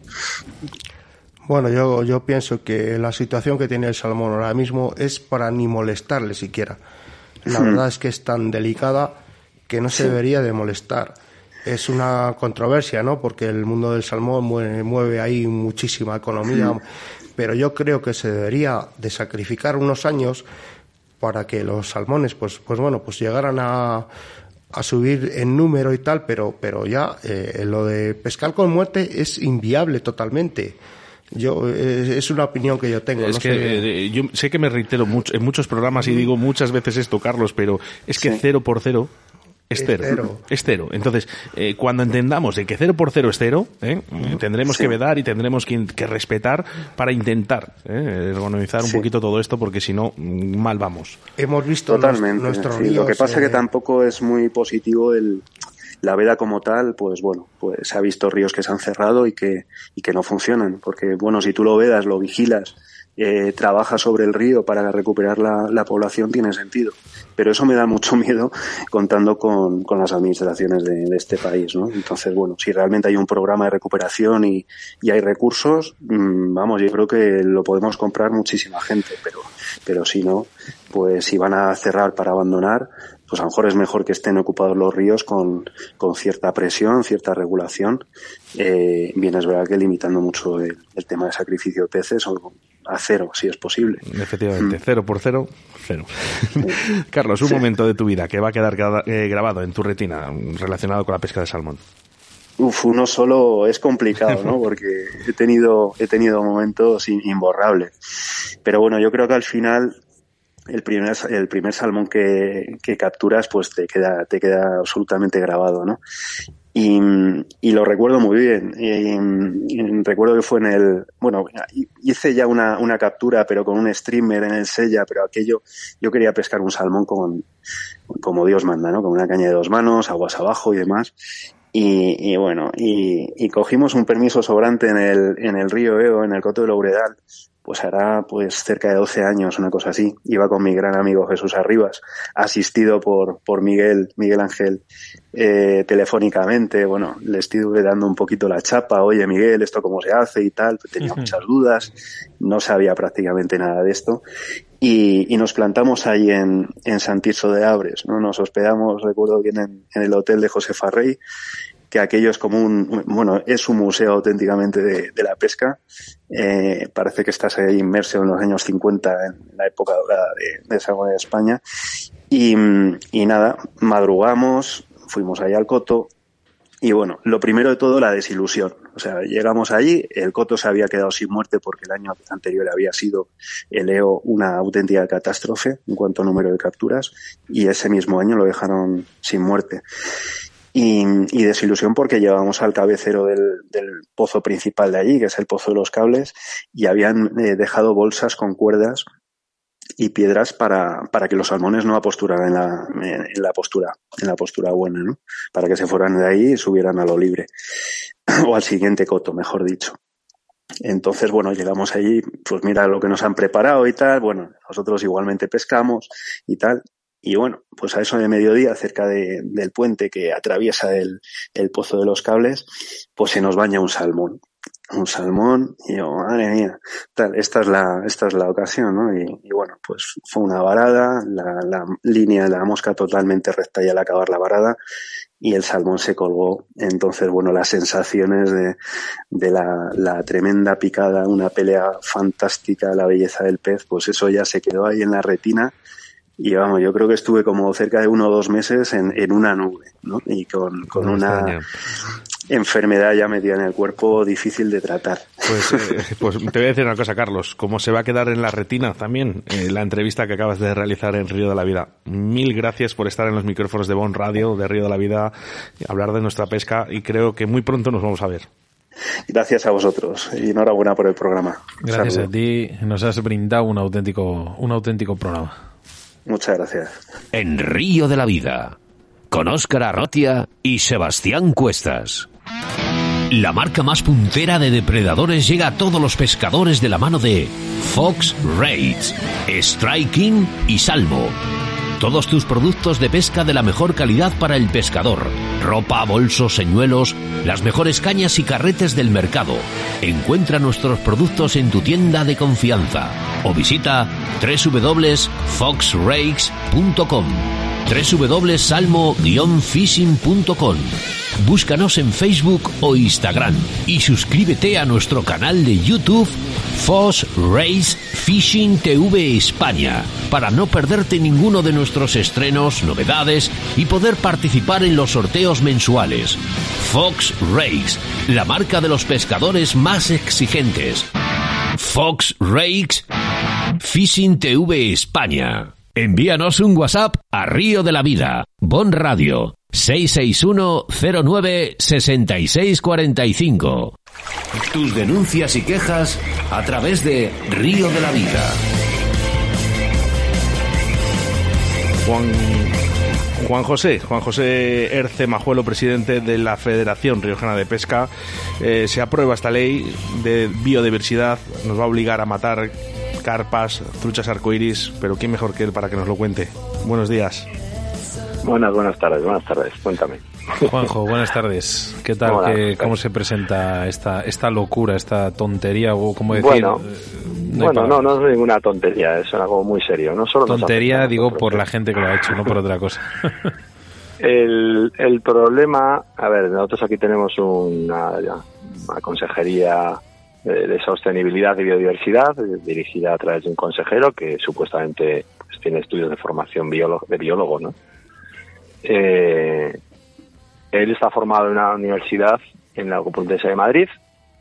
Bueno, yo, yo pienso que la situación que tiene el salmón ahora mismo es para ni molestarle siquiera. La hmm. verdad es que es tan delicada que no se sí. debería de molestar. Es una controversia, ¿no? Porque el mundo del salmón mueve, mueve ahí muchísima economía, sí. pero yo creo que se debería de sacrificar unos años para que los salmones, pues, pues bueno, pues llegaran a, a subir en número y tal, pero, pero ya eh, lo de pescar con muerte es inviable totalmente. Yo eh, es una opinión que yo tengo. Es no que sé. Eh, yo sé que me reitero mucho, en muchos programas y digo muchas veces esto, Carlos, pero es que sí. cero por cero es cero. Es cero. Es cero. Entonces, eh, cuando entendamos de que cero por cero es cero, ¿eh? uh-huh. tendremos sí. que vedar y tendremos que, que respetar para intentar ¿eh? ergonomizar un sí. poquito todo esto, porque si no, mal vamos. Hemos visto totalmente. Nuestros sí. ríos, Lo que pasa es eh... que tampoco es muy positivo el la veda como tal, pues bueno, pues se ha visto ríos que se han cerrado y que y que no funcionan, porque bueno, si tú lo vedas, lo vigilas, eh, trabajas sobre el río para recuperar la, la población, tiene sentido. Pero eso me da mucho miedo contando con, con las administraciones de, de este país, ¿no? Entonces, bueno, si realmente hay un programa de recuperación y, y hay recursos, mmm, vamos, yo creo que lo podemos comprar muchísima gente, pero, pero si no, pues si van a cerrar para abandonar, pues a lo mejor es mejor que estén ocupados los ríos con, con cierta presión, cierta regulación. Eh, bien, es verdad que limitando mucho el, el tema de sacrificio de peces o a cero, si es posible. Efectivamente, mm. cero por cero, cero. Sí. Carlos, un sí. momento de tu vida que va a quedar eh, grabado en tu retina relacionado con la pesca de salmón. Uf, uno solo es complicado, ¿no? Porque he tenido, he tenido momentos imborrables. Pero bueno, yo creo que al final el primer, el primer salmón que, que capturas, pues te queda, te queda absolutamente grabado, ¿no? Y, y lo recuerdo muy bien. Y, y recuerdo que fue en el, bueno, hice ya una, una captura, pero con un streamer en el Sella, pero aquello, yo quería pescar un salmón con, como Dios manda, ¿no? Con una caña de dos manos, aguas abajo y demás. Y, y bueno, y, y cogimos un permiso sobrante en el, en el río Eo, en el Coto de Louredal. Pues hará pues cerca de doce años, una cosa así. Iba con mi gran amigo Jesús Arribas, asistido por por Miguel, Miguel Ángel, eh, telefónicamente. Bueno, le estuve dando un poquito la chapa. Oye, Miguel, ¿esto cómo se hace? Y tal. Tenía uh-huh. muchas dudas. No sabía prácticamente nada de esto. Y, y nos plantamos ahí en, en San Tirso de Abres, ¿no? Nos hospedamos, recuerdo bien, en, en el hotel de José Farrey, que aquello es como un, bueno, es un museo auténticamente de, de la pesca. Eh, parece que estás ahí inmerso en los años cincuenta, en la época dorada de, de salmón de España. Y, y nada, madrugamos, fuimos allá al coto. Y bueno, lo primero de todo, la desilusión. O sea, llegamos allí, el coto se había quedado sin muerte porque el año anterior había sido el E O una auténtica catástrofe en cuanto a número de capturas, y ese mismo año lo dejaron sin muerte. Y, y desilusión porque llevábamos al cabecero del, del pozo principal de allí, que es el Pozo de los Cables, y habían eh, dejado bolsas con cuerdas y piedras para, para que los salmones no aposturaran en la, en, en la postura, en la postura buena, ¿no? Para que se fueran de ahí y subieran a lo libre. O al siguiente coto, mejor dicho. Entonces, bueno, llegamos allí, pues mira lo que nos han preparado y tal. Bueno, nosotros igualmente pescamos y tal. Y bueno, pues a eso de mediodía, cerca de, del puente que atraviesa el, el Pozo de los Cables, pues se nos baña un salmón. Un salmón, y yo, madre mía, tal, esta es la, esta es la ocasión, ¿no? Y, y bueno, pues fue una varada, la, la línea de la mosca totalmente recta y al acabar la varada, y el salmón se colgó. Entonces, bueno, las sensaciones de, de la, la tremenda picada, una pelea fantástica, la belleza del pez, pues eso ya se quedó ahí en la retina. Y vamos, yo creo que estuve como cerca de uno o dos meses en, en una nube, ¿no? Y con, con no una extraña. enfermedad ya metida en el cuerpo difícil de tratar. Pues, eh, pues te voy a decir una cosa, Carlos, como se va a quedar en la retina también eh, la entrevista que acabas de realizar en Río de la Vida. Mil gracias por estar en los micrófonos de Bon Radio, de Río de la Vida, hablar de nuestra pesca, y creo que muy pronto nos vamos a ver. Gracias a vosotros y enhorabuena por el programa. Gracias Saludo. a ti, nos has brindado un auténtico, un auténtico programa. Muchas gracias. En Río de la Vida, con Óscar Arratia y Sebastián Cuestas. La marca más puntera de depredadores llega a todos los pescadores de la mano de Fox Rates, Striking y Salmo. Todos tus productos de pesca de la mejor calidad para el pescador. Ropa, bolsos, señuelos, las mejores cañas y carretes del mercado. Encuentra nuestros productos en tu tienda de confianza o visita doble u doble u doble u punto fox rakes punto com, doble u doble u doble u punto salmo guion fishing punto com. Búscanos en Facebook o Instagram y suscríbete a nuestro canal de YouTube Fox Race Fishing T V España para no perderte ninguno de nuestros estrenos, novedades y poder participar en los sorteos mensuales. Fox Race, la marca de los pescadores más exigentes. Fox Race Fishing T V España. Envíanos un WhatsApp a Río de la Vida, Bon Radio, seis seis uno cero nueve seis seis cuatro cinco. Tus denuncias y quejas a través de Río de la Vida. Juan, Juan José, Juan José Erce Majuelo, presidente de la Federación Riojana de Pesca. Eh, se aprueba esta ley de biodiversidad, nos va a obligar a matar carpas, truchas arcoiris, pero ¿quién mejor que él para que nos lo cuente? Buenos días. Buenas, buenas tardes, buenas tardes, cuéntame. Juanjo, buenas tardes. ¿Qué tal? Hola, ¿Qué, ¿Cómo se presenta esta esta locura, esta tontería? O ¿cómo decir? Bueno, no, bueno no, no es ninguna tontería, es algo muy serio. No solo tontería, digo, por la gente que lo ha hecho, no por otra cosa. el, el problema, a ver, nosotros aquí tenemos una, una consejería de, de sostenibilidad y biodiversidad dirigida a través de un consejero que supuestamente pues, tiene estudios de formación biólogo, de biólogo, ¿no? Eh, él está formado en una universidad en la Complutense de Madrid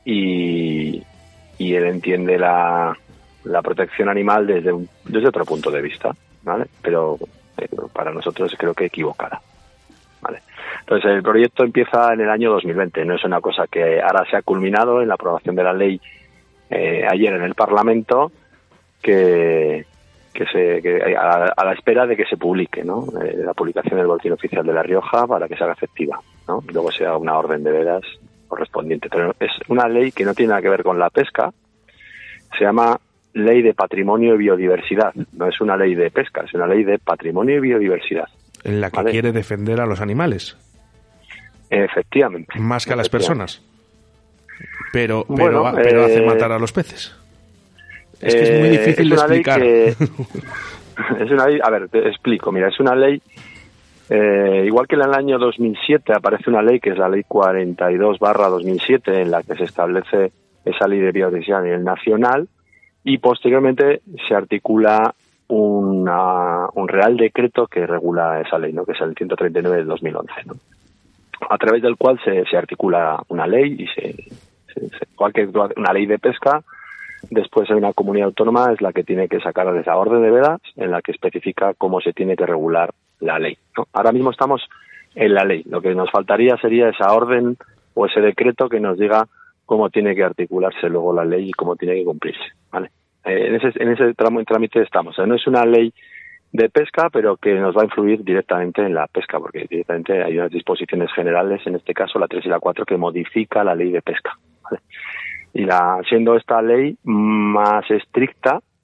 y, y él entiende la, la protección animal desde un, desde otro punto de vista, ¿vale? Pero eh, para nosotros creo que equivocada, ¿vale? Entonces el proyecto empieza en el año dos mil veinte, no es una cosa que ahora se ha culminado en la aprobación de la ley eh, ayer en el Parlamento, que que se que a, a la espera de que se publique, ¿no? Eh, la publicación del Boletín Oficial de La Rioja para que se haga efectiva, ¿no? Y luego sea una orden de veras correspondiente. Pero es una ley que no tiene nada que ver con la pesca, se llama Ley de Patrimonio y Biodiversidad, no es una ley de pesca, es una ley de patrimonio y biodiversidad. En la que ¿vale? quiere defender a los animales. Efectivamente. Más que a las personas. Pero, pero, Bueno, pero eh... hace matar a los peces. Es que es muy difícil eh, es de explicar. Que, es una ley, a ver, te explico, mira, es una ley, eh, igual que en el año dos mil siete aparece una ley que es la ley cuarenta y dos barra dos mil siete en la que se establece esa ley de biodiversidad a nivel nacional y posteriormente se articula una, un real decreto que regula esa ley, ¿no? Que es el ciento treinta y nueve del dos mil once, ¿no? A través del cual se, se articula una ley y se, se, se igual que una ley de pesca. Después hay una comunidad autónoma es la que tiene que sacar esa orden de veras en la que especifica cómo se tiene que regular la ley, ¿no? Ahora mismo estamos en la ley. Lo que nos faltaría sería esa orden o ese decreto que nos diga cómo tiene que articularse luego la ley y cómo tiene que cumplirse, ¿vale? Eh, en ese en ese tramo, en trámite estamos. O sea, no es una ley de pesca, pero que nos va a influir directamente en la pesca, porque directamente hay unas disposiciones generales, en este caso la tres y la cuatro, que modifica la ley de pesca, ¿vale? Y la, siendo esta ley más estricta,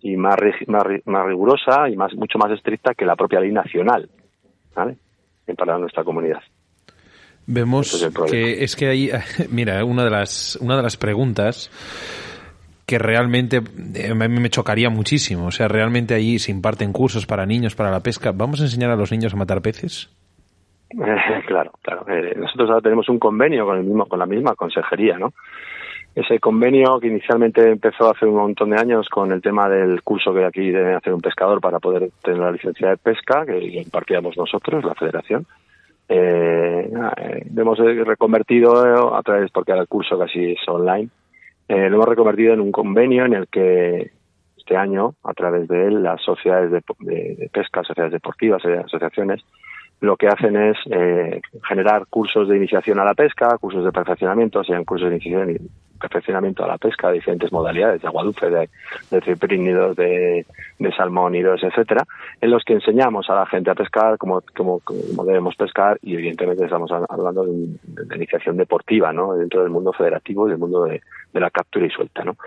y más, más, más rigurosa y más mucho más estricta que la propia ley nacional, ¿vale? Para nuestra comunidad. Vemos es que es que ahí, mira, una de las una de las preguntas que realmente a mí me chocaría muchísimo, o sea, realmente ahí se imparten cursos para niños para la pesca. ¿Vamos a enseñar a los niños a matar peces? Eh, claro, claro. Eh, nosotros ahora tenemos un convenio con el mismo, con la misma consejería, ¿no? Ese convenio que inicialmente empezó hace un montón de años con el tema del curso que aquí debe hacer un pescador para poder tener la licencia de pesca, que impartíamos nosotros, la federación. Eh, eh, lo hemos reconvertido a través, porque ahora el curso casi es online, eh, lo hemos reconvertido en un convenio en el que este año, a través de él, las sociedades de, de, de pesca, sociedades deportivas, asociaciones, lo que hacen es eh, generar cursos de iniciación a la pesca, cursos de perfeccionamiento, sean cursos de iniciación y perfeccionamiento a la pesca de diferentes modalidades, de aguadufe, de, de ciprínidos, de, de salmónidos, etcétera, en los que enseñamos a la gente a pescar como, como, como debemos pescar, y evidentemente estamos hablando de, de iniciación deportiva, ¿no? Dentro del mundo federativo y del mundo de, de la captura y suelta, ¿no?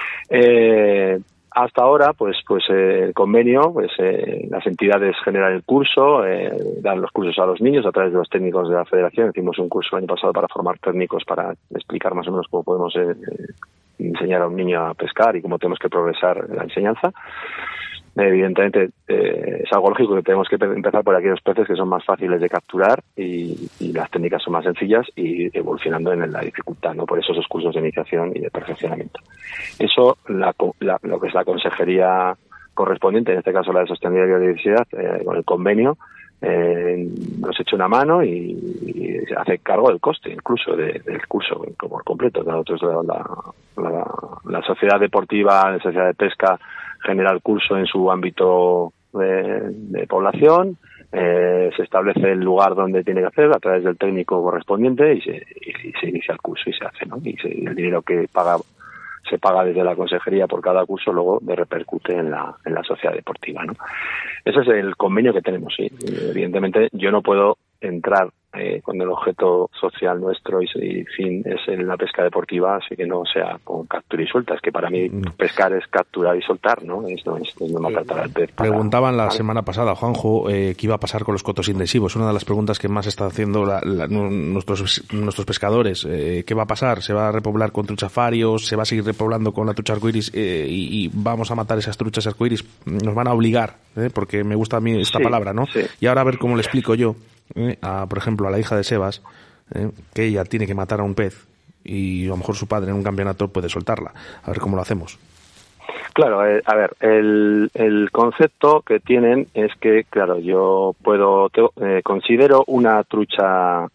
Eh, Hasta ahora, pues, pues eh, el convenio, pues eh, las entidades generan el curso, eh, dan los cursos a los niños a través de los técnicos de la Federación. Hicimos un curso el año pasado para formar técnicos para explicar más o menos cómo podemos eh, enseñar a un niño a pescar y cómo tenemos que progresar en la enseñanza. Evidentemente eh, es algo lógico que tenemos que empezar por aquellos peces que son más fáciles de capturar y, y las técnicas son más sencillas y evolucionando en la dificultad, ¿no? Por eso esos cursos de iniciación y de perfeccionamiento. Eso, la, la, lo que es la consejería correspondiente, en este caso la de Sostenibilidad y Biodiversidad, eh, con el convenio, eh, nos echa una mano y, y se hace cargo del coste incluso de, del curso por completo. Nosotros la, la, la sociedad deportiva, la sociedad de pesca, genera el curso en su ámbito de, de población, eh, se establece el lugar donde tiene que hacer a través del técnico correspondiente y se, y, y se inicia el curso y se hace, ¿no? Y se, el dinero que paga se paga desde la consejería por cada curso luego de repercute en la en la sociedad deportiva, ¿no? Ese es el convenio que tenemos, sí. Evidentemente yo no puedo entrar eh, cuando el objeto social nuestro y, y fin es en la pesca deportiva, así que no sea con captura y suelta. Es que para mí pescar es capturar y soltar, ¿no? Es, no, es, es no maltratar al pez. Para, Preguntaban la ¿vale? semana pasada, Juanjo, eh, qué iba a pasar con los cotos intensivos. Una de las preguntas que más está haciendo la, la, nuestros nuestros pescadores. Eh, ¿Qué va a pasar? ¿Se va a repoblar con truchafarios? ¿Se va a seguir repoblando con la trucha arcoiris? Eh, y, y vamos a matar esas truchas arcoiris. Nos van a obligar, ¿eh? Porque me gusta a mí esta sí, palabra, ¿no? Sí. Y ahora a ver cómo le explico yo. Eh, a, por ejemplo, a la hija de Sebas, eh, que ella tiene que matar a un pez y a lo mejor su padre en un campeonato puede soltarla. A ver cómo lo hacemos. Claro, eh, a ver, el, el concepto que tienen es que, claro, yo puedo, te, eh, considero una trucha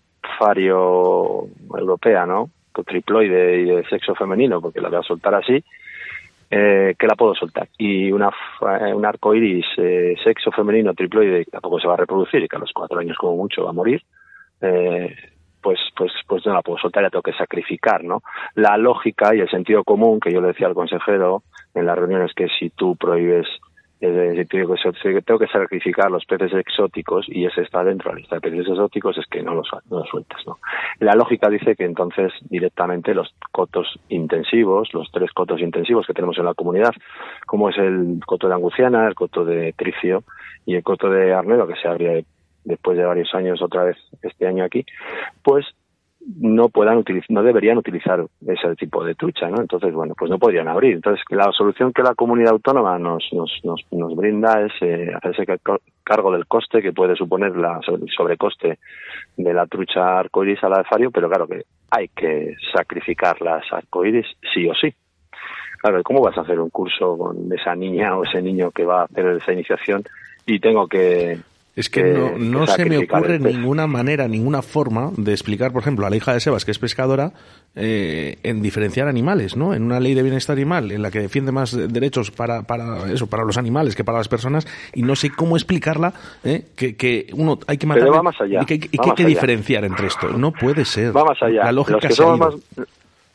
fario europea, ¿no? Con triploide y de sexo femenino, porque la voy a soltar así, eh, que la puedo soltar. Y una un arcoiris eh, sexo femenino triploide tampoco se va a reproducir y que a los cuatro años como mucho va a morir, eh, pues pues pues no la puedo soltar, la tengo que sacrificar, ¿no? La lógica y el sentido común que yo le decía al consejero en las reuniones, que si tú prohíbes, eh, si tengo, que, tengo que sacrificar los peces exóticos y ese está dentro de la lista de peces exóticos, es que no los, no los sueltas, ¿no? La lógica dice que entonces directamente los cotos intensivos, los tres cotos intensivos que tenemos en la comunidad, como es el coto de anguciana, el coto de tricio y el coto de arnedo, que se abre después de varios años otra vez este año aquí, pues no puedan utilizar, no deberían utilizar ese tipo de trucha, ¿no? Entonces, bueno, pues no podrían abrir. Entonces, la solución que la comunidad autónoma nos nos nos, nos brinda es eh, hacerse cargo del coste que puede suponer la el sobrecoste de la trucha arcoiris a la de fario, pero claro que hay que sacrificar las arcoiris sí o sí. Claro, ¿cómo vas a hacer un curso con esa niña o ese niño que va a hacer esa iniciación y tengo que Es que, que no, no que se me ocurre ninguna manera, ninguna forma de explicar, por ejemplo, a la hija de Sebas, que es pescadora, eh, en diferenciar animales, ¿no? En una ley de bienestar animal, en la que defiende más derechos para, para eso, para los animales que para las personas, y no sé cómo explicarla, ¿eh? que, que uno hay que matar. Pero va más allá. Y que, y que hay que diferenciar entre esto. No puede ser. Va más allá. La lógica los que se ha ido. Más,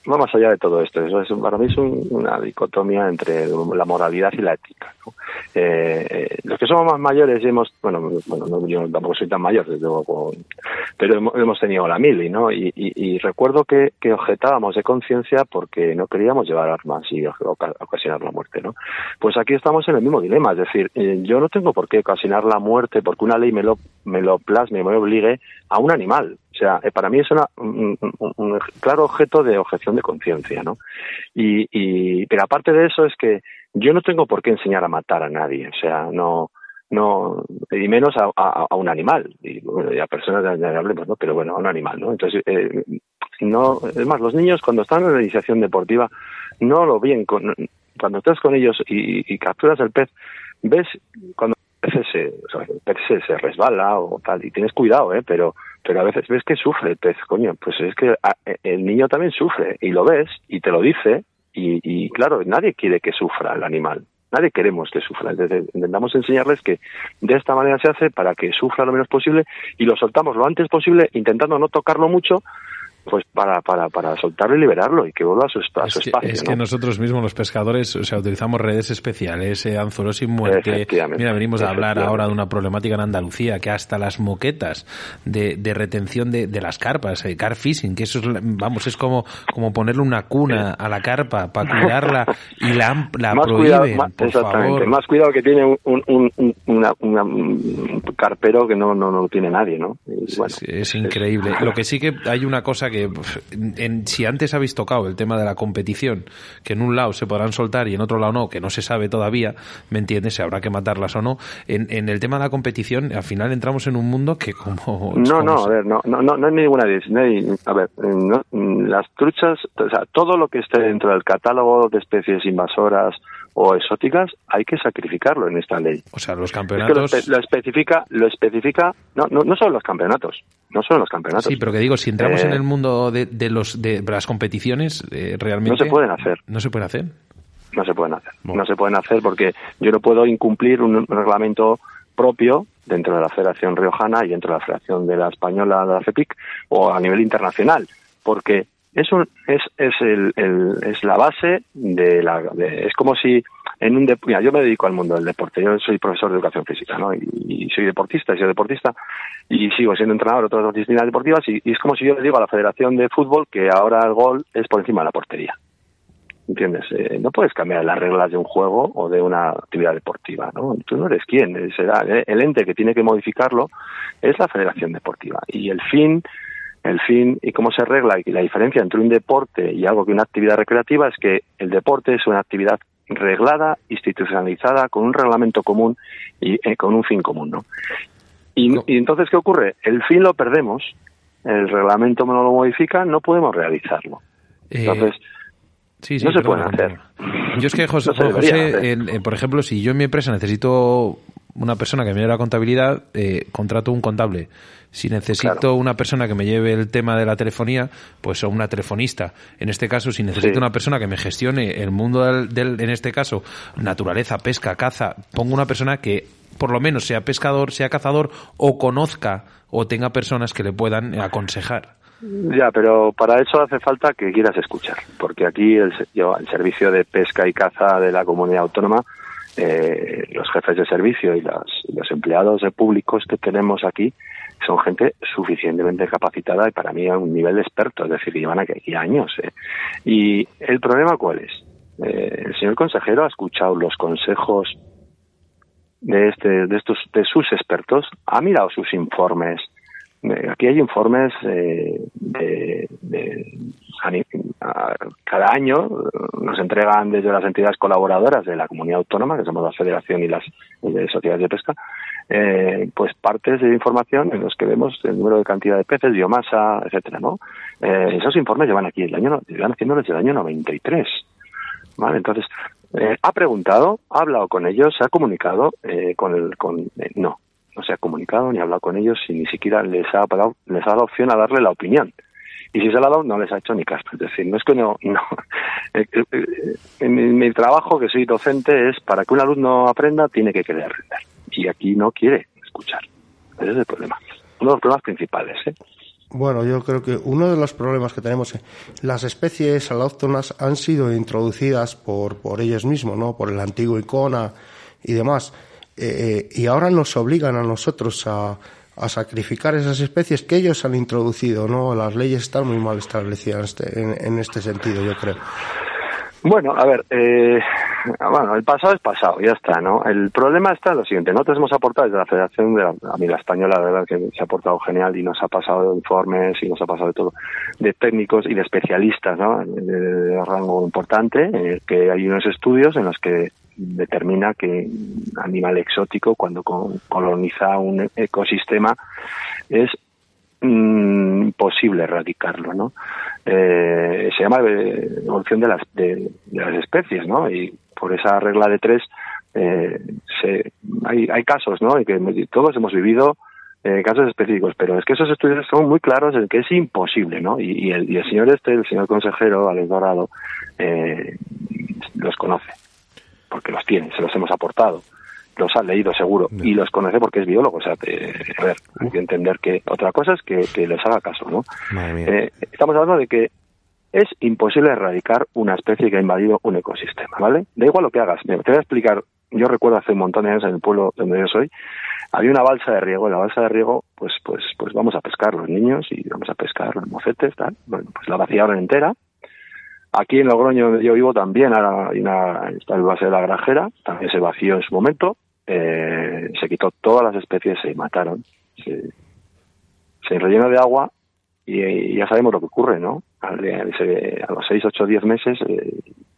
va más allá de todo esto. Eso es, para mí es un, una dicotomía entre la moralidad y la ética, ¿no? Eh, eh, los que somos más mayores hemos, bueno, bueno no, yo tampoco soy tan mayor, desde luego, pero hemos, hemos tenido la mili, ¿no? Y, y, y recuerdo que, que objetábamos de conciencia porque no queríamos llevar armas y ocasionar la muerte, ¿no? Pues aquí estamos en el mismo dilema, es decir, eh, yo no tengo por qué ocasionar la muerte porque una ley me lo, me lo plasme, me obligue a un animal. O sea, eh, para mí es una, un, un, un claro objeto de objeción de conciencia, ¿no? Y, y, pero aparte de eso es que yo no tengo por qué enseñar a matar a nadie, o sea, no, no, y menos a, a, a un animal, y bueno, y a personas ya, ya hablemos, ¿no? Pero bueno, a un animal, ¿no? Entonces, eh, no, es más, los niños cuando están en la iniciación deportiva, no lo ven, con, cuando estás con ellos y, y capturas el pez, ves cuando a veces se, o sea, el pez se, se resbala o tal, y tienes cuidado, ¿eh? Pero, pero a veces ves que sufre el pez, coño, pues es que a, el niño también sufre, y lo ves, y te lo dice. Y, y claro, nadie quiere que sufra el animal, nadie queremos que sufra. Entonces, intentamos enseñarles que de esta manera se hace para que sufra lo menos posible y lo soltamos lo antes posible, intentando no tocarlo mucho, pues para para para soltarlo y liberarlo y que vuelva a su, a su es que, espacio. Es ¿no? que nosotros mismos, los pescadores, o sea, utilizamos redes especiales, eh, anzuelos sin muerte. Mira, venimos a hablar ahora de una problemática en Andalucía, que hasta las moquetas de, de retención de, de las carpas, eh, car fishing, que eso es, vamos, es como, como ponerle una cuna a la carpa para cuidarla y la, la más prohíben, cuidado, más, por exactamente, favor. Más cuidado que tiene un, un, un, una, una, un carpero que no, no, no tiene nadie, ¿no? Y, bueno, es, es increíble. Es... Lo que sí que hay una cosa que... En, si antes habéis tocado el tema de la competición, que en un lado se podrán soltar y en otro lado no, que no se sabe todavía, ¿me entiendes? Si habrá que matarlas o no. En, en el tema de la competición, al final entramos en un mundo que como... No, como no, se... a ver, no, no, no, no hay ninguna... No hay, a ver, no, las truchas, o sea, todo lo que esté dentro del catálogo de especies invasoras o exóticas, hay que sacrificarlo en esta ley. O sea, los campeonatos... Es que lo, lo especifica, lo especifica, no, no, no solo los campeonatos, no solo los campeonatos. Sí, pero que digo, si entramos eh, en el mundo de, de los de las competiciones, eh, realmente... No se pueden hacer. ¿No se pueden hacer? No se pueden hacer. Bueno. No se pueden hacer porque yo no puedo incumplir un, un reglamento propio dentro de la Federación Riojana y dentro de la Federación de la Española de la FEPIC o a nivel internacional, porque es un, es es el, el es la base de la de, es como si en un de, mira, yo me dedico al mundo del deporte, yo soy profesor de educación física, ¿no? Y, y soy deportista, y soy deportista y sigo siendo entrenador de otras disciplinas deportivas y, y es como si yo le digo a la Federación de Fútbol que ahora el gol es por encima de la portería. ¿Entiendes? Eh, no puedes cambiar las reglas de un juego o de una actividad deportiva, ¿no? Tú no eres quien, será el ente que tiene que modificarlo es la Federación Deportiva y el fin El fin y cómo se arregla y la diferencia entre un deporte y algo que una actividad recreativa es que el deporte es una actividad reglada, institucionalizada, con un reglamento común y eh, con un fin común, ¿no? Y, no. y entonces, ¿qué ocurre? El fin lo perdemos, el reglamento no lo modifica, no podemos realizarlo. Entonces, eh, sí, sí, no se perdona, pueden hacer. Yo es que, José, no se José en, en, por ejemplo, si yo en mi empresa necesito una persona que me lleve la contabilidad, eh, contrato un contable. Si necesito claro. una persona que me lleve el tema de la telefonía, pues una telefonista. En este caso, si necesito sí. una persona que me gestione el mundo del, del, en este caso, naturaleza, pesca, caza, pongo una persona que por lo menos sea pescador, sea cazador o conozca o tenga personas que le puedan aconsejar. Ya, pero para eso hace falta que quieras escuchar, porque aquí el, yo, el servicio de pesca y caza de la comunidad autónoma, eh, los jefes de servicio y los, los empleados públicos que tenemos aquí son gente suficientemente capacitada y para mí a un nivel de experto, es decir, llevan aquí años. ¿eh? Y el problema ¿cuál es? Eh, el señor consejero ha escuchado los consejos de este, de estos, de sus expertos, ha mirado sus informes. Eh, aquí hay informes eh, de, de a, cada año nos entregan desde las entidades colaboradoras de la comunidad autónoma, que somos la Federación y las de sociedades de pesca, eh, pues partes de información en los que vemos el número de cantidad de peces, biomasa, etcétera, ¿no? Eh, esos informes llevan aquí el año, llevan haciendo desde el año noventa y tres, ¿vale? Entonces eh, ha preguntado, ha hablado con ellos, se ha comunicado eh, con el, con eh, no. No se ha comunicado ni ha hablado con ellos y ni siquiera les ha dado, les ha dado opción a darle la opinión. Y si se la ha dado, no les ha hecho ni caso. Es decir, no es que no... no. En mi, mi trabajo, que soy docente, es para que un alumno aprenda, tiene que querer aprender. Y aquí no quiere escuchar. Ese es el problema. Uno de los problemas principales, ¿eh? Bueno, yo creo que uno de los problemas que tenemos, las especies alóctonas han sido introducidas por, por ellos mismos, ¿no? Por el antiguo Icona y demás. Eh, y ahora nos obligan a nosotros a, a sacrificar esas especies que ellos han introducido, ¿no? Las leyes están muy mal establecidas en este, en, en este sentido, yo creo. Bueno, a ver, eh, bueno, el pasado es pasado, ya está, ¿no? El problema está en lo siguiente. Nosotros hemos aportado desde la Federación de la, a mí la Española, la verdad que se ha aportado genial y nos ha pasado informes y nos ha pasado de todo, de técnicos y de especialistas, ¿no? De, de, de rango importante, en el que hay unos estudios en los que determina que un animal exótico, cuando coloniza un ecosistema, es imposible erradicarlo, ¿no? Eh, se llama evolución de las de, de las especies, ¿no? Y por esa regla de tres eh, se, hay, hay casos, ¿no? Y que todos hemos vivido eh, casos específicos, pero es que esos estudios son muy claros en que es imposible, ¿no? Y, y, el, y el señor este, el señor consejero Alex Dorado, eh, los conoce, porque los tiene, se los hemos aportado. Los ha leído seguro no. y los conoce porque es biólogo. O sea, te, a ver, hay que entender que otra cosa es que, que les haga caso, ¿no? Eh, estamos hablando de que es imposible erradicar una especie que ha invadido un ecosistema, ¿vale? Da igual lo que hagas. Te voy a explicar. Yo recuerdo hace un montón de años en el pueblo donde yo soy, había una balsa de riego. En la balsa de riego, pues, pues, pues vamos a pescar los niños y vamos a pescar los mocetes, tal. Bueno, pues la vaciaron entera. Aquí en Logroño, donde yo vivo, también ahora hay una, está el base de la Granjera, también se vació en su momento. Eh, se quitó todas las especies, se mataron, se, se rellenó de agua y, y ya sabemos lo que ocurre, ¿no? A, a los seis, ocho, diez meses eh,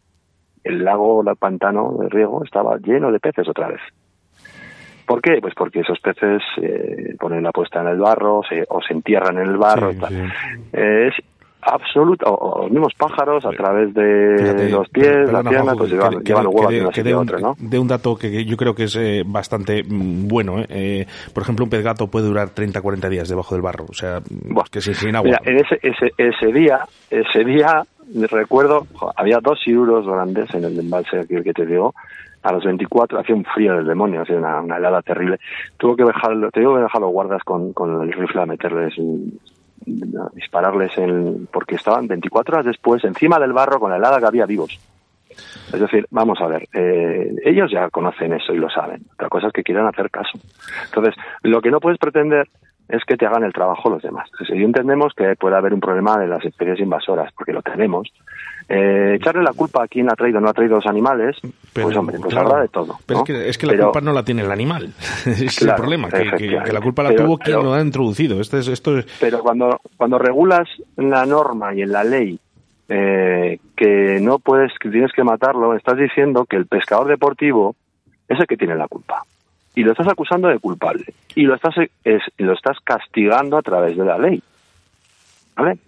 el lago, el pantano de riego estaba lleno de peces otra vez. ¿Por qué? Pues porque esos peces eh, ponen la puesta en el barro se, o se entierran en el barro. Sí, sí. Eh, es absoluta, o, o los mismos pájaros a través de Fíjate, los pies, perdona, las piernas, pues llevan, llevan los huevos de una sitio a otro, ¿no? De un dato que yo creo que es eh, bastante bueno, ¿eh? Eh, por ejemplo, un pez gato puede durar treinta a cuarenta días debajo del barro, o sea, bueno, que sin, sin agua. Mira, en ese, ese, ese día, ese día, recuerdo, había dos siuros grandes en el embalse aquí, el que te digo, a los veinticuatro, hacía un frío del demonio, hacía una, una helada terrible. Tuvo que dejar, te digo que dejar los guardas con, con el rifle a meterles un, a dispararles en, porque estaban veinticuatro horas después encima del barro con la helada que había vivos. Es decir, vamos a ver, eh, ellos ya conocen eso y lo saben. Otra cosa es que quieran hacer caso. Entonces, lo que no puedes pretender es que te hagan el trabajo los demás. Entonces, si entendemos que puede haber un problema de las especies invasoras, porque lo tenemos, eh, echarle la culpa a quién ha traído o no ha traído los animales, pero, pues hombre, pues claro, habrá de todo. Pero ¿no? es que, es que la pero, culpa no la tiene el animal. es claro, el problema, que, que, que la culpa la pero, tuvo quien pero, lo ha introducido. Esto es, esto es... Pero cuando, cuando regulas en la norma y en la ley eh, que no puedes, que tienes que matarlo, estás diciendo que el pescador deportivo es el que tiene la culpa. Y lo estás acusando de culpable. Y lo estás, es, lo estás castigando a través de la ley. ¿Vale?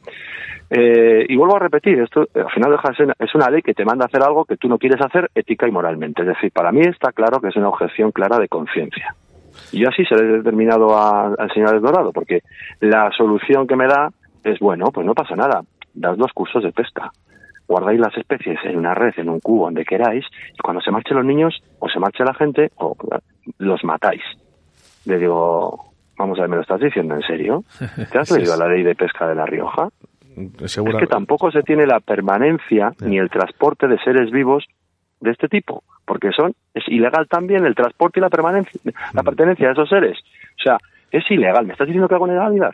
Eh, y vuelvo a repetir, esto al final deja de ser, es una ley que te manda a hacer algo que tú no quieres hacer ética y moralmente. Es decir, para mí está claro que es una objeción clara de conciencia. Y yo así se lo he determinado a, al señor Dorado, porque la solución que me da es, bueno, pues no pasa nada. Das dos cursos de pesca. Guardáis las especies en una red, en un cubo, donde queráis, y cuando se marchen los niños, o se marche la gente, o los matáis. Le digo, vamos a ver, ¿me lo estás diciendo en serio? ¿Te has leído la ley de pesca de La Rioja? Segura... Es que tampoco se tiene la permanencia sí. ni el transporte de seres vivos de este tipo, porque son es ilegal también el transporte y la permanencia, la pertenencia de esos seres. O sea, es ilegal. ¿Me estás diciendo que hago ilegalidad?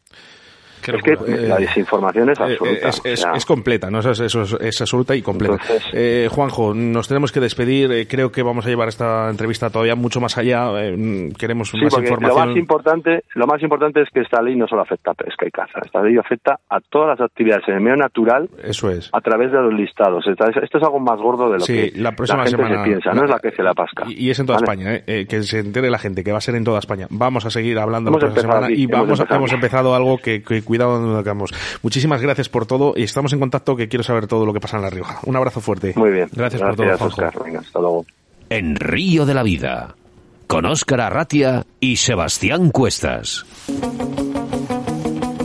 Es que eh, la desinformación es absoluta. Es, es, o sea, es completa, ¿no? Es, es, es absoluta y completa. Entonces, eh, Juanjo, nos tenemos que despedir. Eh, creo que vamos a llevar esta entrevista todavía mucho más allá. Eh, queremos sí, más información. Lo más importante, lo más importante es que esta ley no solo afecta a pesca y caza. Esta ley afecta a todas las actividades en el medio natural. Eso es. A través de los listados. Esto es algo más gordo de lo sí, que la, próxima la gente semana, se piensa. La, no es la que se la pasca. Y, y es en toda ¿vale? España. Eh, que se entere la gente que va a ser en toda España. Vamos a seguir hablando la próxima semana. Aquí, y vamos hemos, a, hemos empezado algo que, que cuidado donde acabamos. Muchísimas gracias por todo y estamos en contacto, que quiero saber todo lo que pasa en La Rioja. Un abrazo fuerte. Muy bien. Gracias, gracias por todo, Juanjo. Oscar. Venga, hasta luego. En Río de la Vida, con Óscar Arratia y Sebastián Cuestas.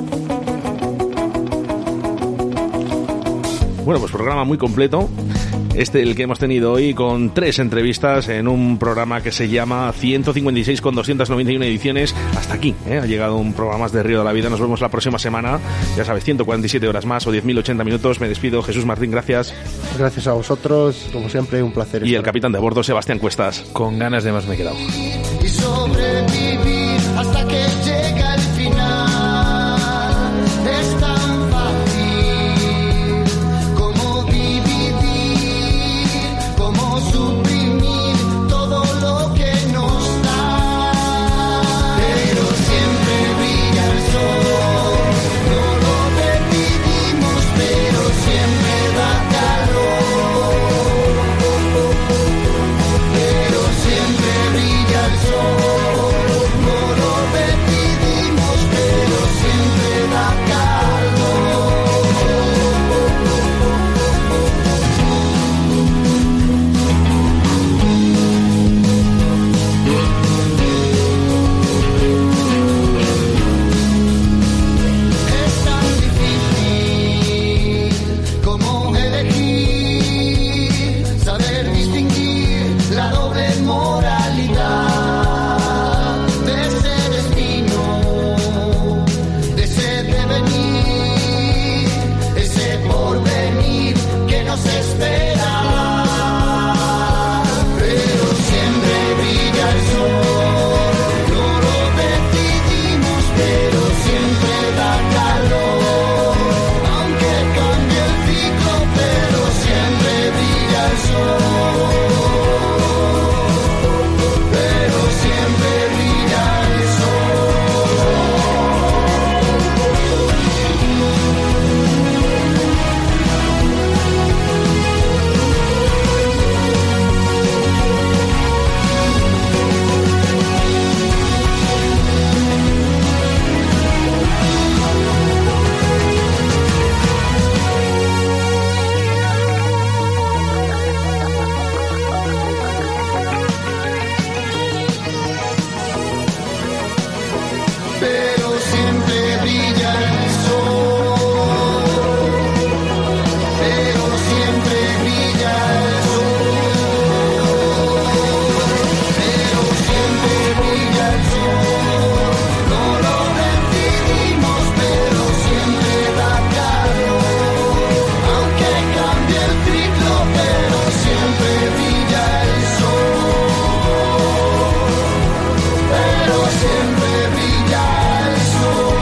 Bueno, pues programa muy completo. este el que hemos tenido hoy con tres entrevistas en un programa que se llama ciento cincuenta y seis con doscientas noventa y una ediciones. Hasta aquí, ¿eh? Ha llegado un programa más de Río de la Vida. Nos vemos la próxima semana. Ya sabes, ciento cuarenta y siete horas más o diez mil ochenta minutos. Me despido. Jesús Martín, gracias. Gracias a vosotros. Como siempre, un placer. Y el capitán de bordo, Sebastián Cuestas. Con ganas de más me he quedado. Y sobrevivir hasta que llega el final. Es tan fácil como dividir, como suprimir todo lo que nos da. Pero siempre brilla el sol, no lo decidimos, pero siempre da calor. Pero siempre brilla el sol, no lo decidimos, pero siempre da calor. Es tan difícil como elegir, saber distinguir la doble moralidad de ese destino, de ese devenir, ese porvenir que nos espera. Pero siempre brilla el sol, no lo decidimos, pero siempre da calor. Aunque cambie el ciclo, pero siempre brilla el sol. Pero siempre brilla el Pero siempre brilla el sol, pero siempre brilla el sol, pero siempre brilla el sol, no lo decidimos, pero siempre da calor. Aunque cambie el ciclo, pero siempre brilla el sol, pero siempre brilla el sol.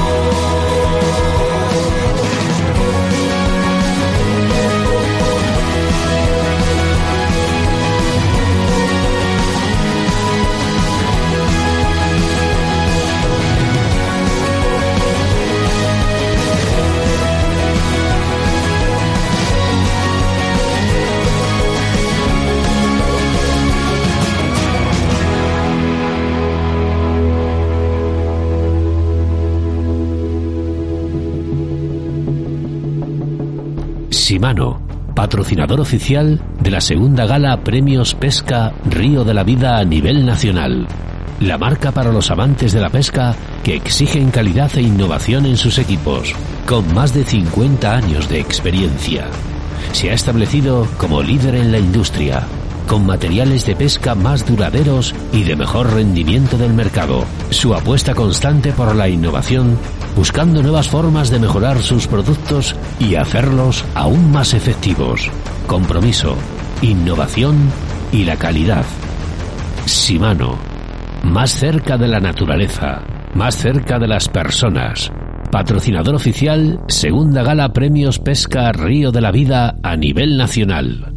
Shimano, patrocinador oficial de la segunda gala Premios Pesca Río de la Vida a nivel nacional. La marca para los amantes de la pesca que exigen calidad e innovación en sus equipos, con más de cincuenta años de experiencia. Se ha establecido como líder en la industria, con materiales de pesca más duraderos y de mejor rendimiento del mercado. Su apuesta constante por la innovación, buscando nuevas formas de mejorar sus productos y hacerlos aún más efectivos. Compromiso, innovación y la calidad. Shimano, más cerca de la naturaleza, más cerca de las personas. Patrocinador oficial, segunda gala Premios Pesca Río de la Vida a nivel nacional.